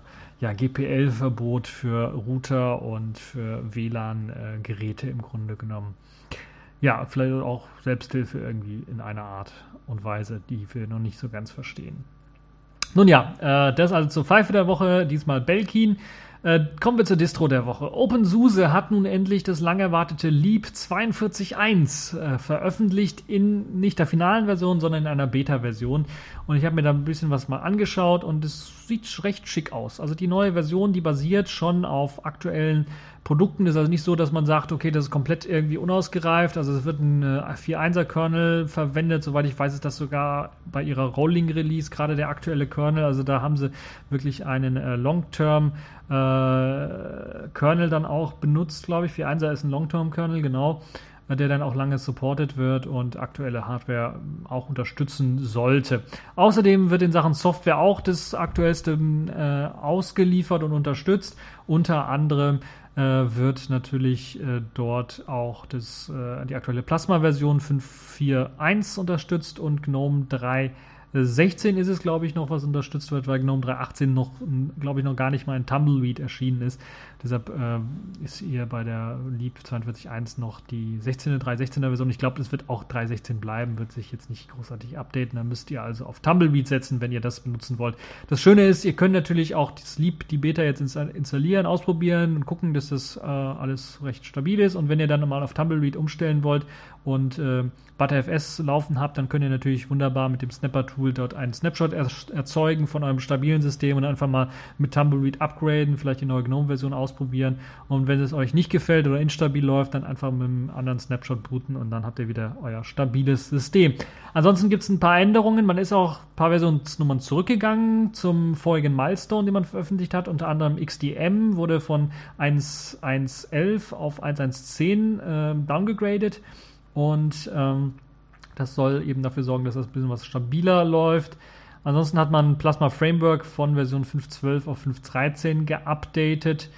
GPL-Verbot für Router und für WLAN-Geräte im Grunde genommen. Ja, vielleicht auch Selbsthilfe irgendwie in einer Art und Weise, die wir noch nicht so ganz verstehen. Nun ja, das also zur Pfeife der Woche, diesmal Belkin. Kommen wir zur Distro der Woche. OpenSUSE hat nun endlich das lang erwartete Leap 42.1 veröffentlicht in nicht der finalen Version, sondern in einer Beta-Version. Und ich habe mir da ein bisschen was mal angeschaut und es sieht recht schick aus. Also die neue Version, die basiert schon auf aktuellen Produkten. Ist also nicht so, dass man sagt, okay, das ist komplett irgendwie unausgereift. Also es wird ein 4.1er Kernel verwendet. Soweit ich weiß, ist das sogar bei ihrer Rolling Release gerade der aktuelle Kernel. Also da haben sie wirklich einen Long-Term Kernel dann auch benutzt, glaube ich. 4.1er ist ein Long-Term Kernel, genau, der dann auch lange supported wird und aktuelle Hardware auch unterstützen sollte. Außerdem wird in Sachen Software auch das aktuellste ausgeliefert und unterstützt. Unter anderem wird natürlich dort auch die aktuelle Plasma-Version 5.4.1 unterstützt und GNOME 3.16 ist es, glaube ich, noch, was unterstützt wird, weil GNOME 3.18 noch, glaube ich, noch gar nicht mal in Tumbleweed erschienen ist. Deshalb ist hier bei der Leap 42.1 noch die 3.16er Version. Ich glaube, es wird auch 3.16 bleiben, wird sich jetzt nicht großartig updaten. Dann müsst ihr also auf Tumbleweed setzen, wenn ihr das benutzen wollt. Das Schöne ist, ihr könnt natürlich auch das Leap, die Beta jetzt installieren, ausprobieren und gucken, dass das alles recht stabil ist. Und wenn ihr dann mal auf Tumbleweed umstellen wollt und ButterFS laufen habt, dann könnt ihr natürlich wunderbar mit dem Snapper-Tool dort einen Snapshot erzeugen von eurem stabilen System und einfach mal mit Tumbleweed upgraden, vielleicht die neue GNOME-Version ausprobieren. Und wenn es euch nicht gefällt oder instabil läuft, dann einfach mit einem anderen Snapshot booten und dann habt ihr wieder euer stabiles System. Ansonsten gibt es ein paar Änderungen. Man ist auch ein paar Versionsnummern zurückgegangen zum vorigen Milestone, den man veröffentlicht hat. Unter anderem XDM wurde von 1.1.11 auf 1.1.10 downgegradet. Und das soll eben dafür sorgen, dass das ein bisschen was stabiler läuft. Ansonsten hat man Plasma Framework von Version 5.12 auf 5.13 geupdatet.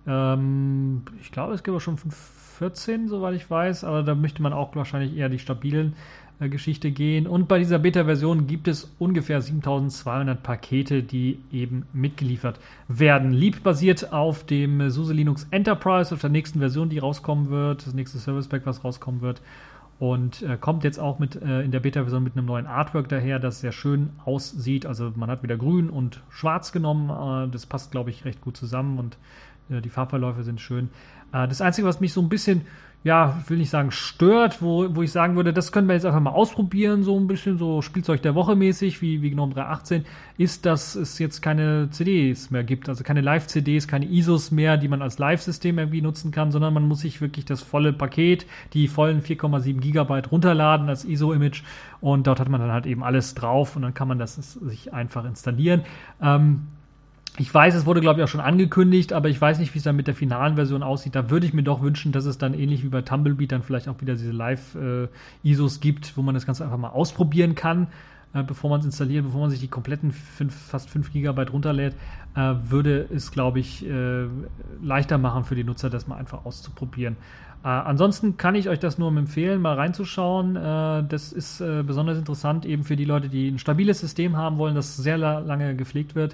Ich glaube, es gibt auch schon 5.14, soweit ich weiß, aber da möchte man auch wahrscheinlich eher die stabilen Geschichte gehen. Und bei dieser Beta-Version gibt es ungefähr 7200 Pakete, die eben mitgeliefert werden. Leap basiert auf dem SUSE Linux Enterprise, auf der nächsten Version, die rauskommen wird, das nächste Service Pack, was rauskommen wird. Und kommt jetzt auch mit in der Beta-Version mit einem neuen Artwork daher, das sehr schön aussieht. Also man hat wieder grün und schwarz genommen. Das passt, glaube ich, recht gut zusammen und die Farbverläufe sind schön. Das Einzige, was mich so ein bisschen, ja, ich will nicht sagen stört, wo ich sagen würde, das können wir jetzt einfach mal ausprobieren, so ein bisschen so Spielzeug der Woche mäßig, wie GNOME 3.18, ist, dass es jetzt keine CDs mehr gibt, also keine Live-CDs, keine ISOs mehr, die man als Live-System irgendwie nutzen kann, sondern man muss sich wirklich das volle Paket, die vollen 4,7 Gigabyte runterladen als ISO-Image und dort hat man dann halt eben alles drauf und dann kann man das sich einfach installieren. Ich weiß, es wurde, glaube ich, auch schon angekündigt, aber ich weiß nicht, wie es dann mit der finalen Version aussieht. Da würde ich mir doch wünschen, dass es dann ähnlich wie bei Tumbleweed dann vielleicht auch wieder diese Live-ISOs gibt, wo man das Ganze einfach mal ausprobieren kann, bevor man es installiert, bevor man sich die kompletten fast 5 Gigabyte runterlädt, würde es, glaube ich, leichter machen für die Nutzer, das mal einfach auszuprobieren. Ansonsten kann ich euch das nur empfehlen, mal reinzuschauen. Das ist besonders interessant eben für die Leute, die ein stabiles System haben wollen, das sehr lange gepflegt wird.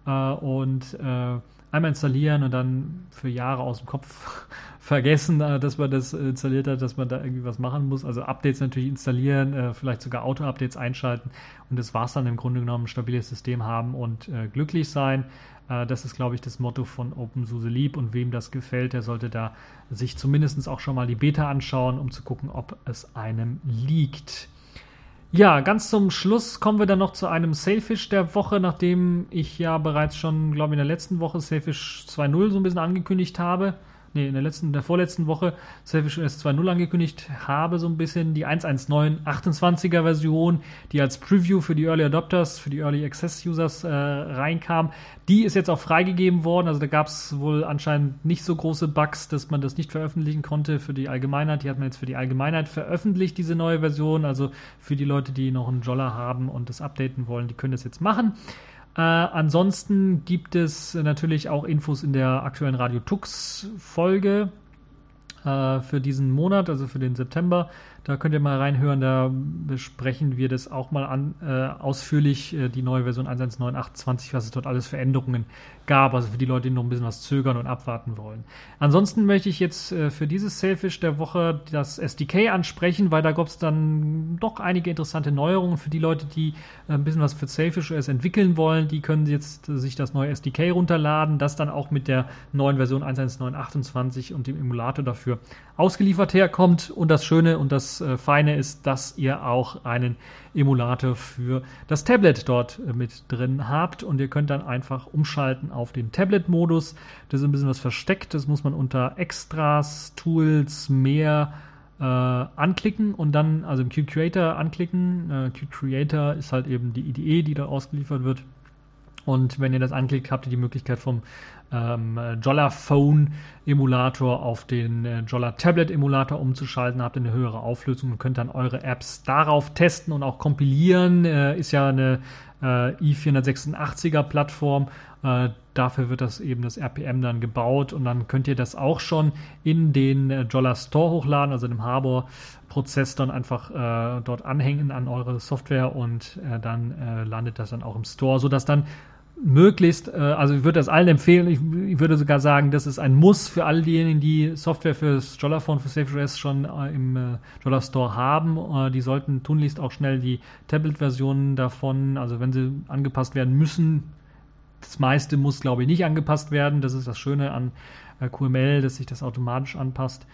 Und einmal installieren und dann für Jahre aus dem Kopf vergessen, dass man das installiert hat, dass man da irgendwie was machen muss. Also Updates natürlich installieren, vielleicht sogar Auto-Updates einschalten und das war's dann im Grunde genommen, ein stabiles System haben und glücklich sein. Das ist, glaube ich, das Motto von OpenSUSE Leap und wem das gefällt, der sollte da sich zumindest auch schon mal die Beta anschauen, um zu gucken, ob es einem liegt. Ja, ganz zum Schluss kommen wir dann noch zu einem Sailfish der Woche, nachdem ich ja bereits schon, glaube ich, in der letzten Woche Sailfish 2.0 so ein bisschen angekündigt habe. In der vorletzten Woche Sailfish OS 2.0 angekündigt habe, so ein bisschen die 1.1.9 28er Version, die als Preview für die Early Adopters, für die Early Access Users reinkam. Die ist jetzt auch freigegeben worden, also da gab es wohl anscheinend nicht so große Bugs, dass man das nicht veröffentlichen konnte für die Allgemeinheit. Die hat man jetzt für die Allgemeinheit veröffentlicht, diese neue Version, also für die Leute, die noch einen Jolla haben und das updaten wollen, die können das jetzt machen. Ansonsten gibt es natürlich auch Infos in der aktuellen Radio Tux Folge für diesen Monat, also für den September. Da könnt ihr mal reinhören, da besprechen wir das auch mal ausführlich, die neue Version 1.1.9.28, was es dort alles für Änderungen gab, also für die Leute, die noch ein bisschen was zögern und abwarten wollen. Ansonsten möchte ich jetzt für dieses Sailfish der Woche das SDK ansprechen, weil da gab es dann doch einige interessante Neuerungen für die Leute, die ein bisschen was für Sailfish OS entwickeln wollen. Die können jetzt sich das neue SDK runterladen, das dann auch mit der neuen Version 1.1.9.28 und dem Emulator dafür ausgeliefert herkommt. Und das Schöne und das Feine ist, dass ihr auch einen Emulator für das Tablet dort mit drin habt und ihr könnt dann einfach umschalten auf den Tablet-Modus. Das ist ein bisschen was versteckt, das muss man unter Extras, Tools, mehr anklicken und dann, also im Qt Creator anklicken. Qt Creator ist halt eben die IDE, die da ausgeliefert wird. Und wenn ihr das anklickt, habt ihr die Möglichkeit vom Jolla Phone Emulator auf den Jolla Tablet Emulator umzuschalten, habt ihr eine höhere Auflösung und könnt dann eure Apps darauf testen und auch kompilieren. Ist ja eine i486er Plattform. Dafür wird das RPM dann gebaut und dann könnt ihr das auch schon in den Jolla Store hochladen, also dem Harbor-Prozess dann einfach dort anhängen an eure Software und dann landet das dann auch im Store, sodass dann möglichst, also ich würde das allen empfehlen, ich würde sogar sagen, das ist ein Muss für all diejenigen, die Software fürs Jolla-Phone, für Sailfish OS schon im Jolla Store haben. Die sollten tunlichst auch schnell die Tablet-Versionen davon, also wenn sie angepasst werden müssen, Das meiste muss, glaube ich, nicht angepasst werden. Das ist das Schöne an QML, dass sich das automatisch anpasst.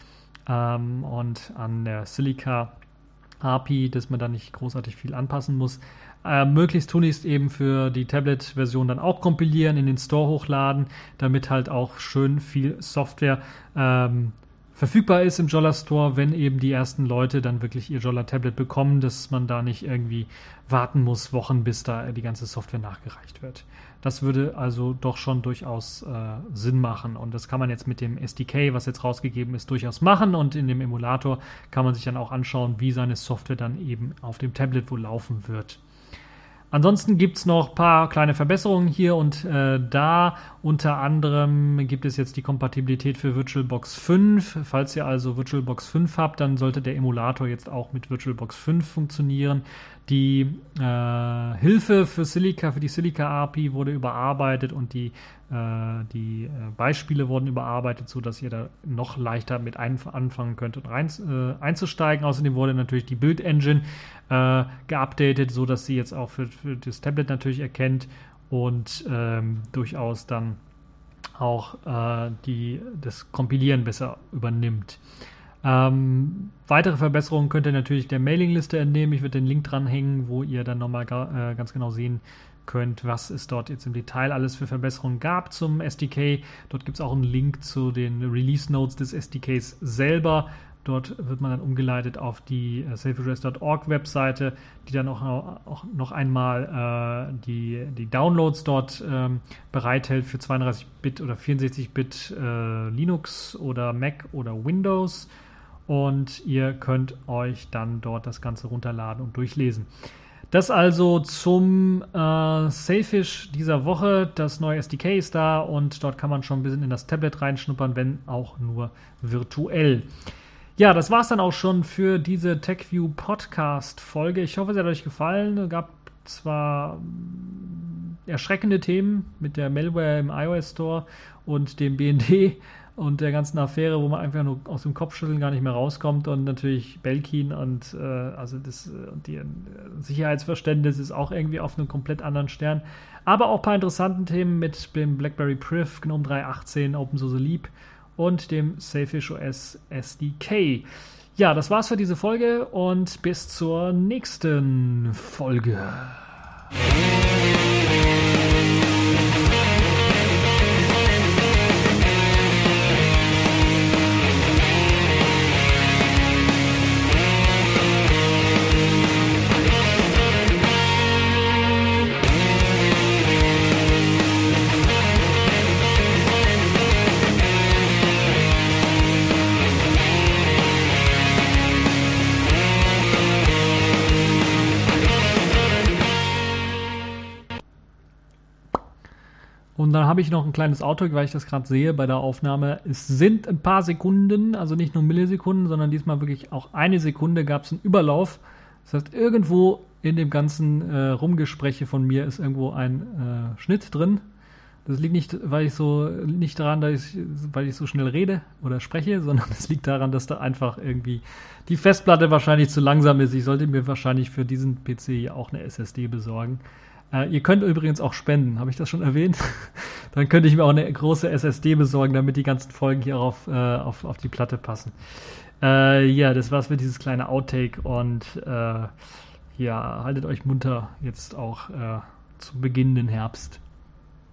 Und an der Silica API, dass man da nicht großartig viel anpassen muss. Möglichst tunlichst eben für die Tablet-Version dann auch kompilieren, in den Store hochladen, damit halt auch schön viel Software verfügbar ist im Jolla Store, wenn eben die ersten Leute dann wirklich ihr Jolla Tablet bekommen, dass man da nicht irgendwie warten muss, Wochen, bis da die ganze Software nachgereicht wird. Das würde also doch schon durchaus Sinn machen, und das kann man jetzt mit dem SDK, was jetzt rausgegeben ist, durchaus machen, und in dem Emulator kann man sich dann auch anschauen, wie seine Software dann eben auf dem Tablet wohl laufen wird. Ansonsten gibt es noch ein paar kleine Verbesserungen hier und da. Unter anderem gibt es jetzt die Kompatibilität für VirtualBox 5. Falls ihr also VirtualBox 5 habt, dann sollte der Emulator jetzt auch mit VirtualBox 5 funktionieren. Die Hilfe für Silica, für die Silica API wurde überarbeitet, und die Beispiele wurden überarbeitet, sodass ihr da noch leichter mit anfangen könnt und einzusteigen. Außerdem wurde natürlich die Build-Engine geupdatet, sodass sie jetzt auch für das Tablet natürlich erkennt und durchaus dann auch das Kompilieren besser übernimmt. Weitere Verbesserungen könnt ihr natürlich der Mailingliste entnehmen. Ich würde den Link dranhängen, wo ihr dann nochmal ganz genau sehen könnt, was es dort jetzt im Detail alles für Verbesserungen gab zum SDK. Dort gibt es auch einen Link zu den Release Notes des SDKs selber. Dort wird man dann umgeleitet auf die safeaddress.org Webseite, die dann auch noch einmal die Downloads dort bereithält für 32-Bit oder 64-Bit Linux oder Mac oder Windows. Und ihr könnt euch dann dort das Ganze runterladen und durchlesen. Das also zum Sailfish dieser Woche. Das neue SDK ist da, und dort kann man schon ein bisschen in das Tablet reinschnuppern, wenn auch nur virtuell. Ja, das war es dann auch schon für diese TechView Podcast-Folge. Ich hoffe, es hat euch gefallen. Es gab zwar erschreckende Themen mit der Malware im iOS Store und dem BND und der ganzen Affäre, wo man einfach nur aus dem Kopfschütteln gar nicht mehr rauskommt, und natürlich Belkin und die Sicherheitsverständnis ist auch irgendwie auf einem komplett anderen Stern. Aber auch ein paar interessanten Themen mit dem BlackBerry Priv, GNOME 3.18, OpenSUSE Leap und dem Sailfish OS SDK. Ja, das war's für diese Folge, und bis zur nächsten Folge. Und dann habe ich noch ein kleines Outtake, weil ich das gerade sehe bei der Aufnahme. Es sind ein paar Sekunden, also nicht nur Millisekunden, sondern diesmal wirklich auch eine Sekunde gab es einen Überlauf. Das heißt, irgendwo in dem ganzen Rumgespräche von mir ist irgendwo ein Schnitt drin. Das liegt nicht, nicht daran, weil ich so schnell rede oder spreche, sondern es liegt daran, dass da einfach irgendwie die Festplatte wahrscheinlich zu langsam ist. Ich sollte mir wahrscheinlich für diesen PC auch eine SSD besorgen. Ihr könnt übrigens auch spenden, habe ich das schon erwähnt? Dann könnte ich mir auch eine große SSD besorgen, damit die ganzen Folgen hier auf die Platte passen. Ja, das war's für dieses kleine Outtake, und haltet euch munter jetzt auch zu beginnenden Herbst.